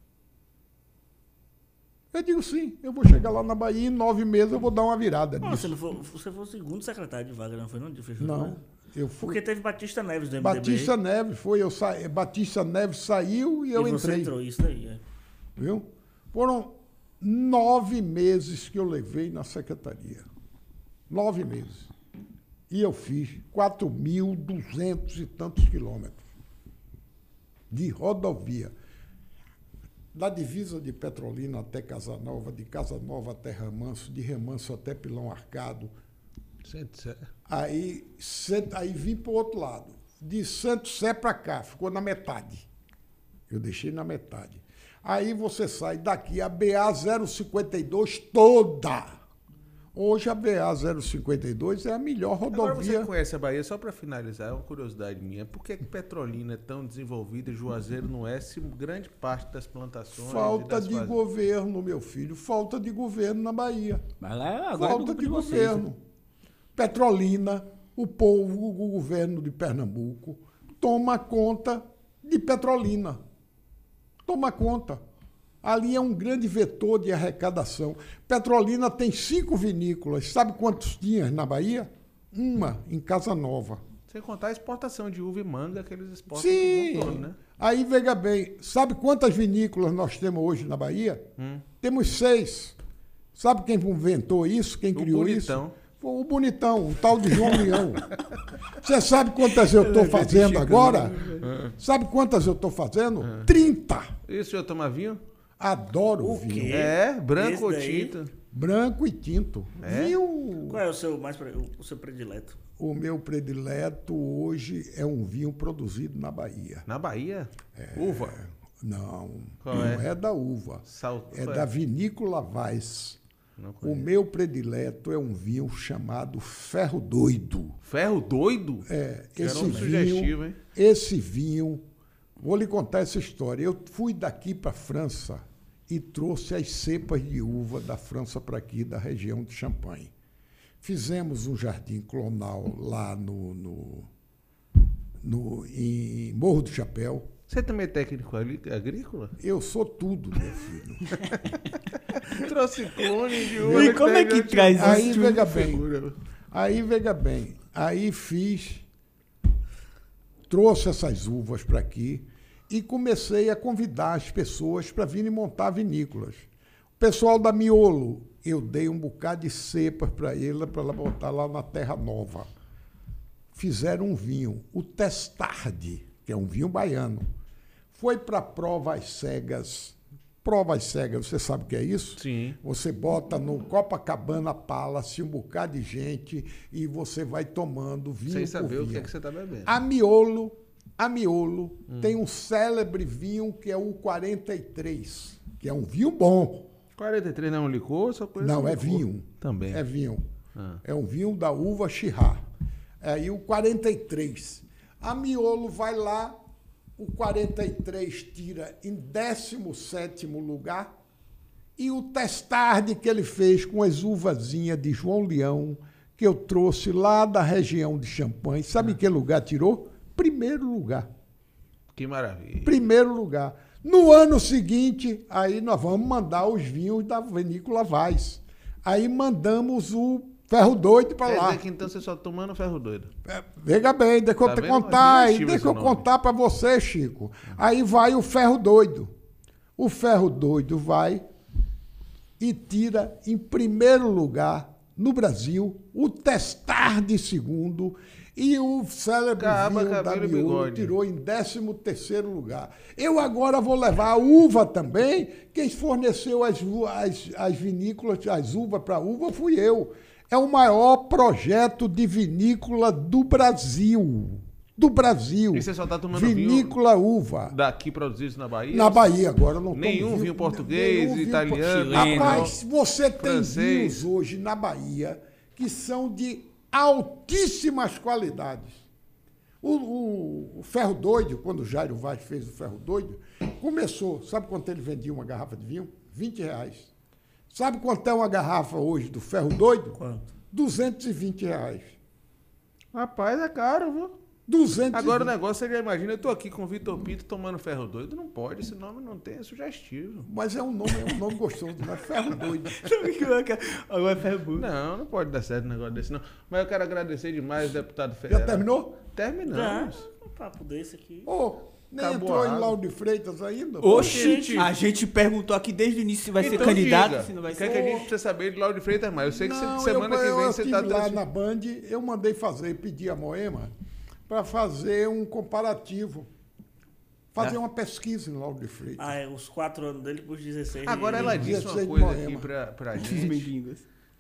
Eu digo, sim, eu vou chegar lá na Bahia e em 9 meses eu vou dar uma virada nisso. Você foi o segundo secretário de Wagner, não foi? Não, não, eu fui. Porque teve Batista Neves do MDB. Batista Neves foi, Batista Neves saiu e eu entrei. Você entrou, isso daí, é. Viu? Foram 9 meses que eu levei na secretaria. 9 meses. E eu fiz 4.200 e tantos quilômetros de rodovia. Da divisa de Petrolina até Casanova, de Casanova até Remanso, de Remanso até Pilão Arcado. Aí vim para o outro lado. De Santo Sé para cá, ficou na metade. Eu deixei na metade. Aí você sai daqui, a BA-052 toda. Hoje a BA-052 é a melhor rodovia. Agora você conhece a Bahia, só para finalizar, é uma curiosidade minha. Por que Petrolina é tão desenvolvida e Juazeiro não é, se grande parte das plantações... Falta de governo, meu filho. Falta de governo na Bahia. Mas lá agora falta de governo. Petrolina, o povo, o governo de Pernambuco, toma conta de Petrolina. Toma conta. Ali é um grande vetor de arrecadação. Petrolina tem 5 vinícolas. Sabe quantos tinha na Bahia? Uma, em Casa Nova. Sem contar a exportação de uva e manga que eles exportam. Sim. Todo, né? Aí, veja bem, sabe quantas vinícolas nós temos hoje na Bahia? Temos 6. Sabe quem inventou isso? Quem criou Bonitão. isso? Foi o Bonitão, o tal de João Leão. Você sabe quantas eu estou fazendo agora? Sabe quantas eu estou fazendo? 30. E o senhor toma vinho? Adoro o vinho. É, branco ou tinto? Branco e tinto. É? Vinho. Qual é o seu predileto? O meu predileto hoje é um vinho produzido na Bahia. Na Bahia? Uva? Não, Qual não é? é da uva. Qual da Vinícola Vaz. O meu predileto é um vinho chamado Ferro Doido. Ferro Doido? Esse vinho, vou lhe contar essa história. Eu fui daqui para a França e trouxe as cepas de uva da França para aqui, da região de Champagne. Fizemos um jardim clonal lá em Morro do Chapéu. Você também é técnico agrícola? Eu sou tudo, meu filho. Trouxe clone de uva. E como é que traz isso? Aí, veja bem. Aí trouxe essas uvas para aqui e comecei a convidar as pessoas para virem montar vinícolas. O pessoal da Miolo, eu dei um bocado de cepas para ela botar lá na Terra Nova. Fizeram um vinho, o Testarde, que é um vinho baiano. Foi para provas cegas. Provas cegas, você sabe o que é isso? Sim. Você bota no Copacabana Palace um bocado de gente e você vai tomando vinho sem saber por o vinho. que é que você está bebendo. A Miolo tem um célebre vinho que é o 43, que é um vinho bom. 43 não é um licor? Só não, é vinho. Também. É vinho. É um vinho da uva Chirá. Aí o 43. A Miolo vai lá, o 43 tira em 17º lugar e o Testarde que ele fez com as uvazinhas de João Leão, que eu trouxe lá da região de Champagne, sabe em que lugar tirou? Primeiro lugar. Que maravilha. Primeiro lugar. No ano seguinte, aí nós vamos mandar os vinhos da Vinícola Vaz. Aí mandamos o Ferro Doido para lá. Quer dizer que então você só tomando Ferro Doido. Veja bem, deixa eu contar, deixa eu contar para você, Chico. Aí vai o Ferro Doido. O Ferro Doido vai e tira em primeiro lugar no Brasil, o Testar de segundo e o célebre vinho da Miolo tirou em 13º lugar. Eu agora vou levar a uva também. Quem forneceu as vinícolas, as uvas para uva, fui eu. É o maior projeto de vinícola do Brasil. Do Brasil. E você só está tomando vinícola vinho uva. Daqui produzidos na Bahia? Na Bahia, agora não tomo nenhum vinho português, nenhum italiano. Rapaz, você tem francês. vinhos hoje na Bahia que são de altíssimas qualidades. O Ferro Doido, quando o Jairo Vaz fez o Ferro Doido, começou, sabe quanto ele vendia uma garrafa de vinho? R$20. Sabe quanto é uma garrafa hoje do Ferro Doido? Quanto? R$220. Rapaz, é caro, viu? 220. Agora o negócio, você já imagina, eu tô aqui com o Vitor Pinto tomando Ferro Doido. Não pode, esse nome não tem, é sugestivo. Mas é um nome gostoso, não é Ferro Doido. Agora é Ferro. Não pode dar certo um negócio desse, não. Mas eu quero agradecer demais o deputado federal. Já terminou? Terminamos. Um papo desse aqui. Nem Acabou entrou a em água. Lauro de Freitas ainda? Oxi, a gente perguntou aqui desde o início se vai ser Então candidato, diga, se não vai o que é ser. que a gente precisa saber de Lauro de Freitas mais? Eu sei que Não, semana que vem você estive está lá na Band, eu mandei pedir a Moema para fazer um comparativo. Fazer uma pesquisa em Lauro de Freitas. Os 4 anos dele por 16. Agora ela disse uma 16 coisa Moema. aqui pra gente.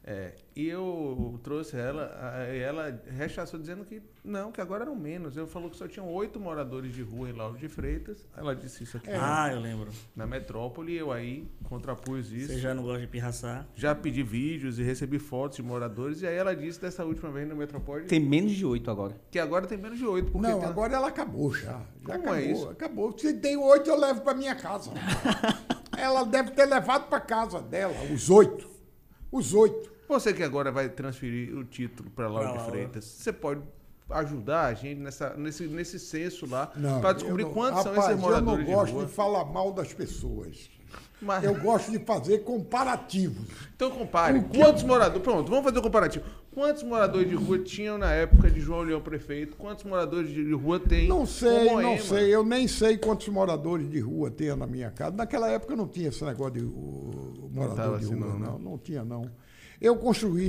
E eu trouxe ela, e ela rechaçou dizendo que não, que agora eram menos. Eu falou que só tinham 8 moradores de rua em Lauro de Freitas. Ela disse isso aqui eu lembro. na metrópole, eu aí contrapus isso. Você já não gosta de pirraçar? Já pedi vídeos e recebi fotos de moradores. E aí ela disse dessa última vez no Metrópole Tem menos de 8 agora. que agora tem menos de 8. Porque Não, tem... agora ela acabou já. Como acabou, é isso? Acabou. Se tem 8, eu levo para minha casa. Ela deve ter levado para casa dela, os 8. Os 8. Você que agora vai transferir o título para Lauro de Freitas, você pode ajudar a gente nesse censo lá para descobrir quantos são esses moradores de rua? Eu não gosto de falar mal das pessoas. Mas... Eu gosto de fazer comparativos. Então compare. Quantos moradores... Pronto, vamos fazer um comparativo. Quantos moradores de rua tinham na época de João Leão prefeito? Quantos moradores de rua tem? Não sei. Eu nem sei quantos moradores de rua tinha na minha casa. Naquela época não tinha esse negócio de morador de assim, rua, não tinha, não. Eu construí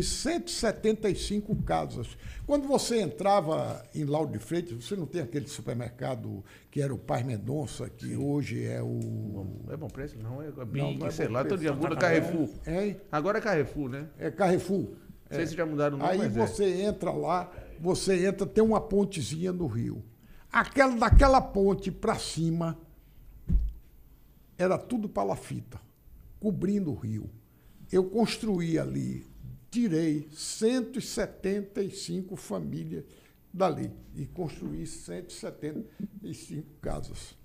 175 casas. Quando você entrava em Lauro de Freitas, você não tem aquele supermercado que era o Paz Mendonça, que hoje é o... É Bom Preço? Não, é Big, não é sei Bom lá, Preço. todo dia muda Carrefour. Hein? Agora é Carrefour, né? É Carrefour. Não sei se já mudaram o nome, Aí mas você entra lá, tem uma pontezinha no rio. Daquela ponte para cima, era tudo palafita, cobrindo o rio. Eu construí ali, tirei 175 famílias dali e construí 175 casas.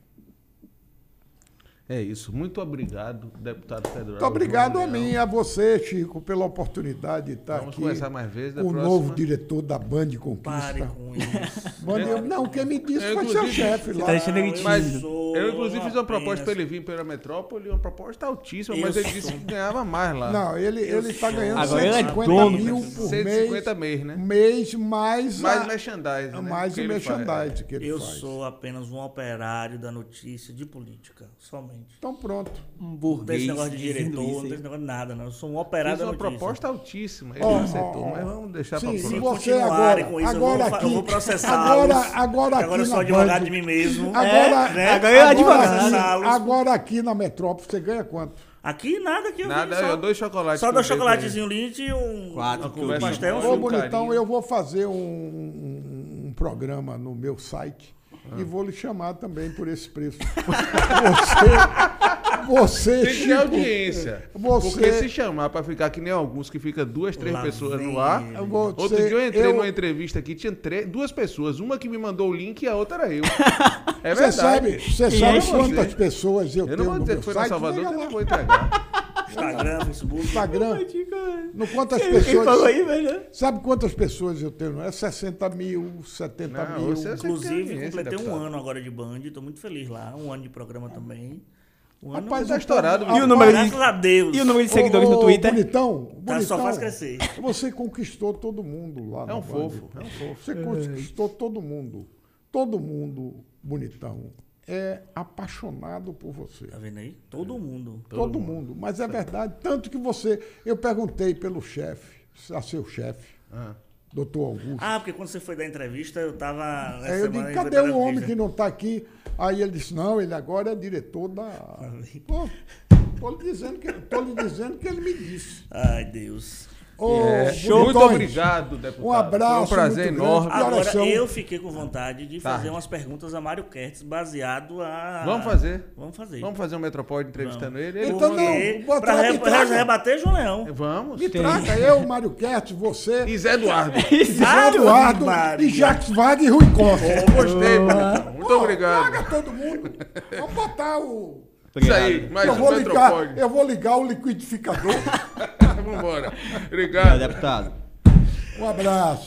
É isso. Muito obrigado, deputado federal. Muito obrigado a mim, a você, Chico, pela oportunidade de estar Vamos aqui. conversar mais vezes. O novo diretor da Band Conquista. Pare com isso. Não, quem me disse foi seu chefe lá. Tá deixando ele Mas tímido. eu, inclusive, fiz uma proposta para ele vir pela metrópole, uma proposta altíssima, mas ele disse que ganhava mais lá. Não, ele está ganhando Agora ele é 150 dono, mil por 150 mês, né? mês mais merchandising, né? mais Que o ele merchandising que ele Eu faz. sou apenas um operário da notícia de política, somente. Então pronto. Um Não tem esse burguês negócio de dizendo diretor, isso não tem aí. esse negócio de nada, não. Eu sou um operário Fiz da uma notícia. proposta altíssima, ele Ó, não aceitou, ó, mas vamos deixar sim, para e próxima. você continuarem agora, com isso, agora eu aqui, vou processá-los. agora aqui Agora eu sou na advogado Band, de mim mesmo. Agora, né? Agora eu advogado. Processá-los. agora aqui na Metrópole, você ganha quanto? Aqui nada, aqui eu Nada, vim só. eu dou chocolates. Só 2 com chocolatezinhos Lindt e um 4 conversa pastel. boa. Ô, um bonitão, carinho. eu vou fazer um programa no meu site e vou lhe chamar também por esse preço. Você, Tem que ter Chico, audiência. você- Porque se chamar para ficar que nem alguns que fica 2, 3 Lá pessoas vem no ar. ele. Outro dia eu entrei numa entrevista aqui, tinha 2 pessoas. Uma que me mandou o link e a outra era eu. É Você verdade. sabe é quantas você? pessoas eu Eu não tenho vou no dizer meu que foi na site? Salvador, Liga que eu lá. não vou entregar. Instagram, Facebook. Instagram. No quantas Quem pessoas. falou aí, velho? Sabe quantas pessoas eu tenho? Não é 60 mil, 70 Não, mil. você- Inclusive, Esse completei um deputado. ano agora de Band, tô muito feliz lá. Um ano de programa também. Um ano Rapaz, tá estourado, então, E o número rapaz, graças a Deus. E o número de seguidores no Twitter? Bonitão, Tá, só bonitão, faz crescer. Você conquistou todo mundo lá É na um Band. fofo, é um fofo. Você conquistou todo mundo. Todo mundo, bonitão, é apaixonado por você. Tá vendo aí? Todo mundo. Todo mundo. Mas é verdade. Tanto que eu perguntei pelo chefe, a seu chefe, doutor Augusto. Porque quando você foi dar entrevista, eu estava... Eu disse, cadê o homem que não está aqui? Aí ele disse, não, ele agora é diretor da... Pô, tô lhe dizendo que ele me disse. Ai, Deus. Muito obrigado, deputado. Um abraço. Foi um prazer enorme. Agora, eu fiquei com vontade de fazer umas perguntas a Mário Kertz, baseado a... Vamos fazer. Vamos fazer um Metropólio entrevistando ele. Então não, para rebater João Leão. Vamos. Me traga eu, Mário Kertz, você... E Zé Eduardo. Zé Eduardo e Jacques Wagner e Rui Costa. Gostei, mano. Muito obrigado. Traga todo mundo. Vamos botar o... Isso aí, mais um Metropólio. Eu vou ligar o liquidificador. Vamos embora. Obrigado, deputado. Um abraço.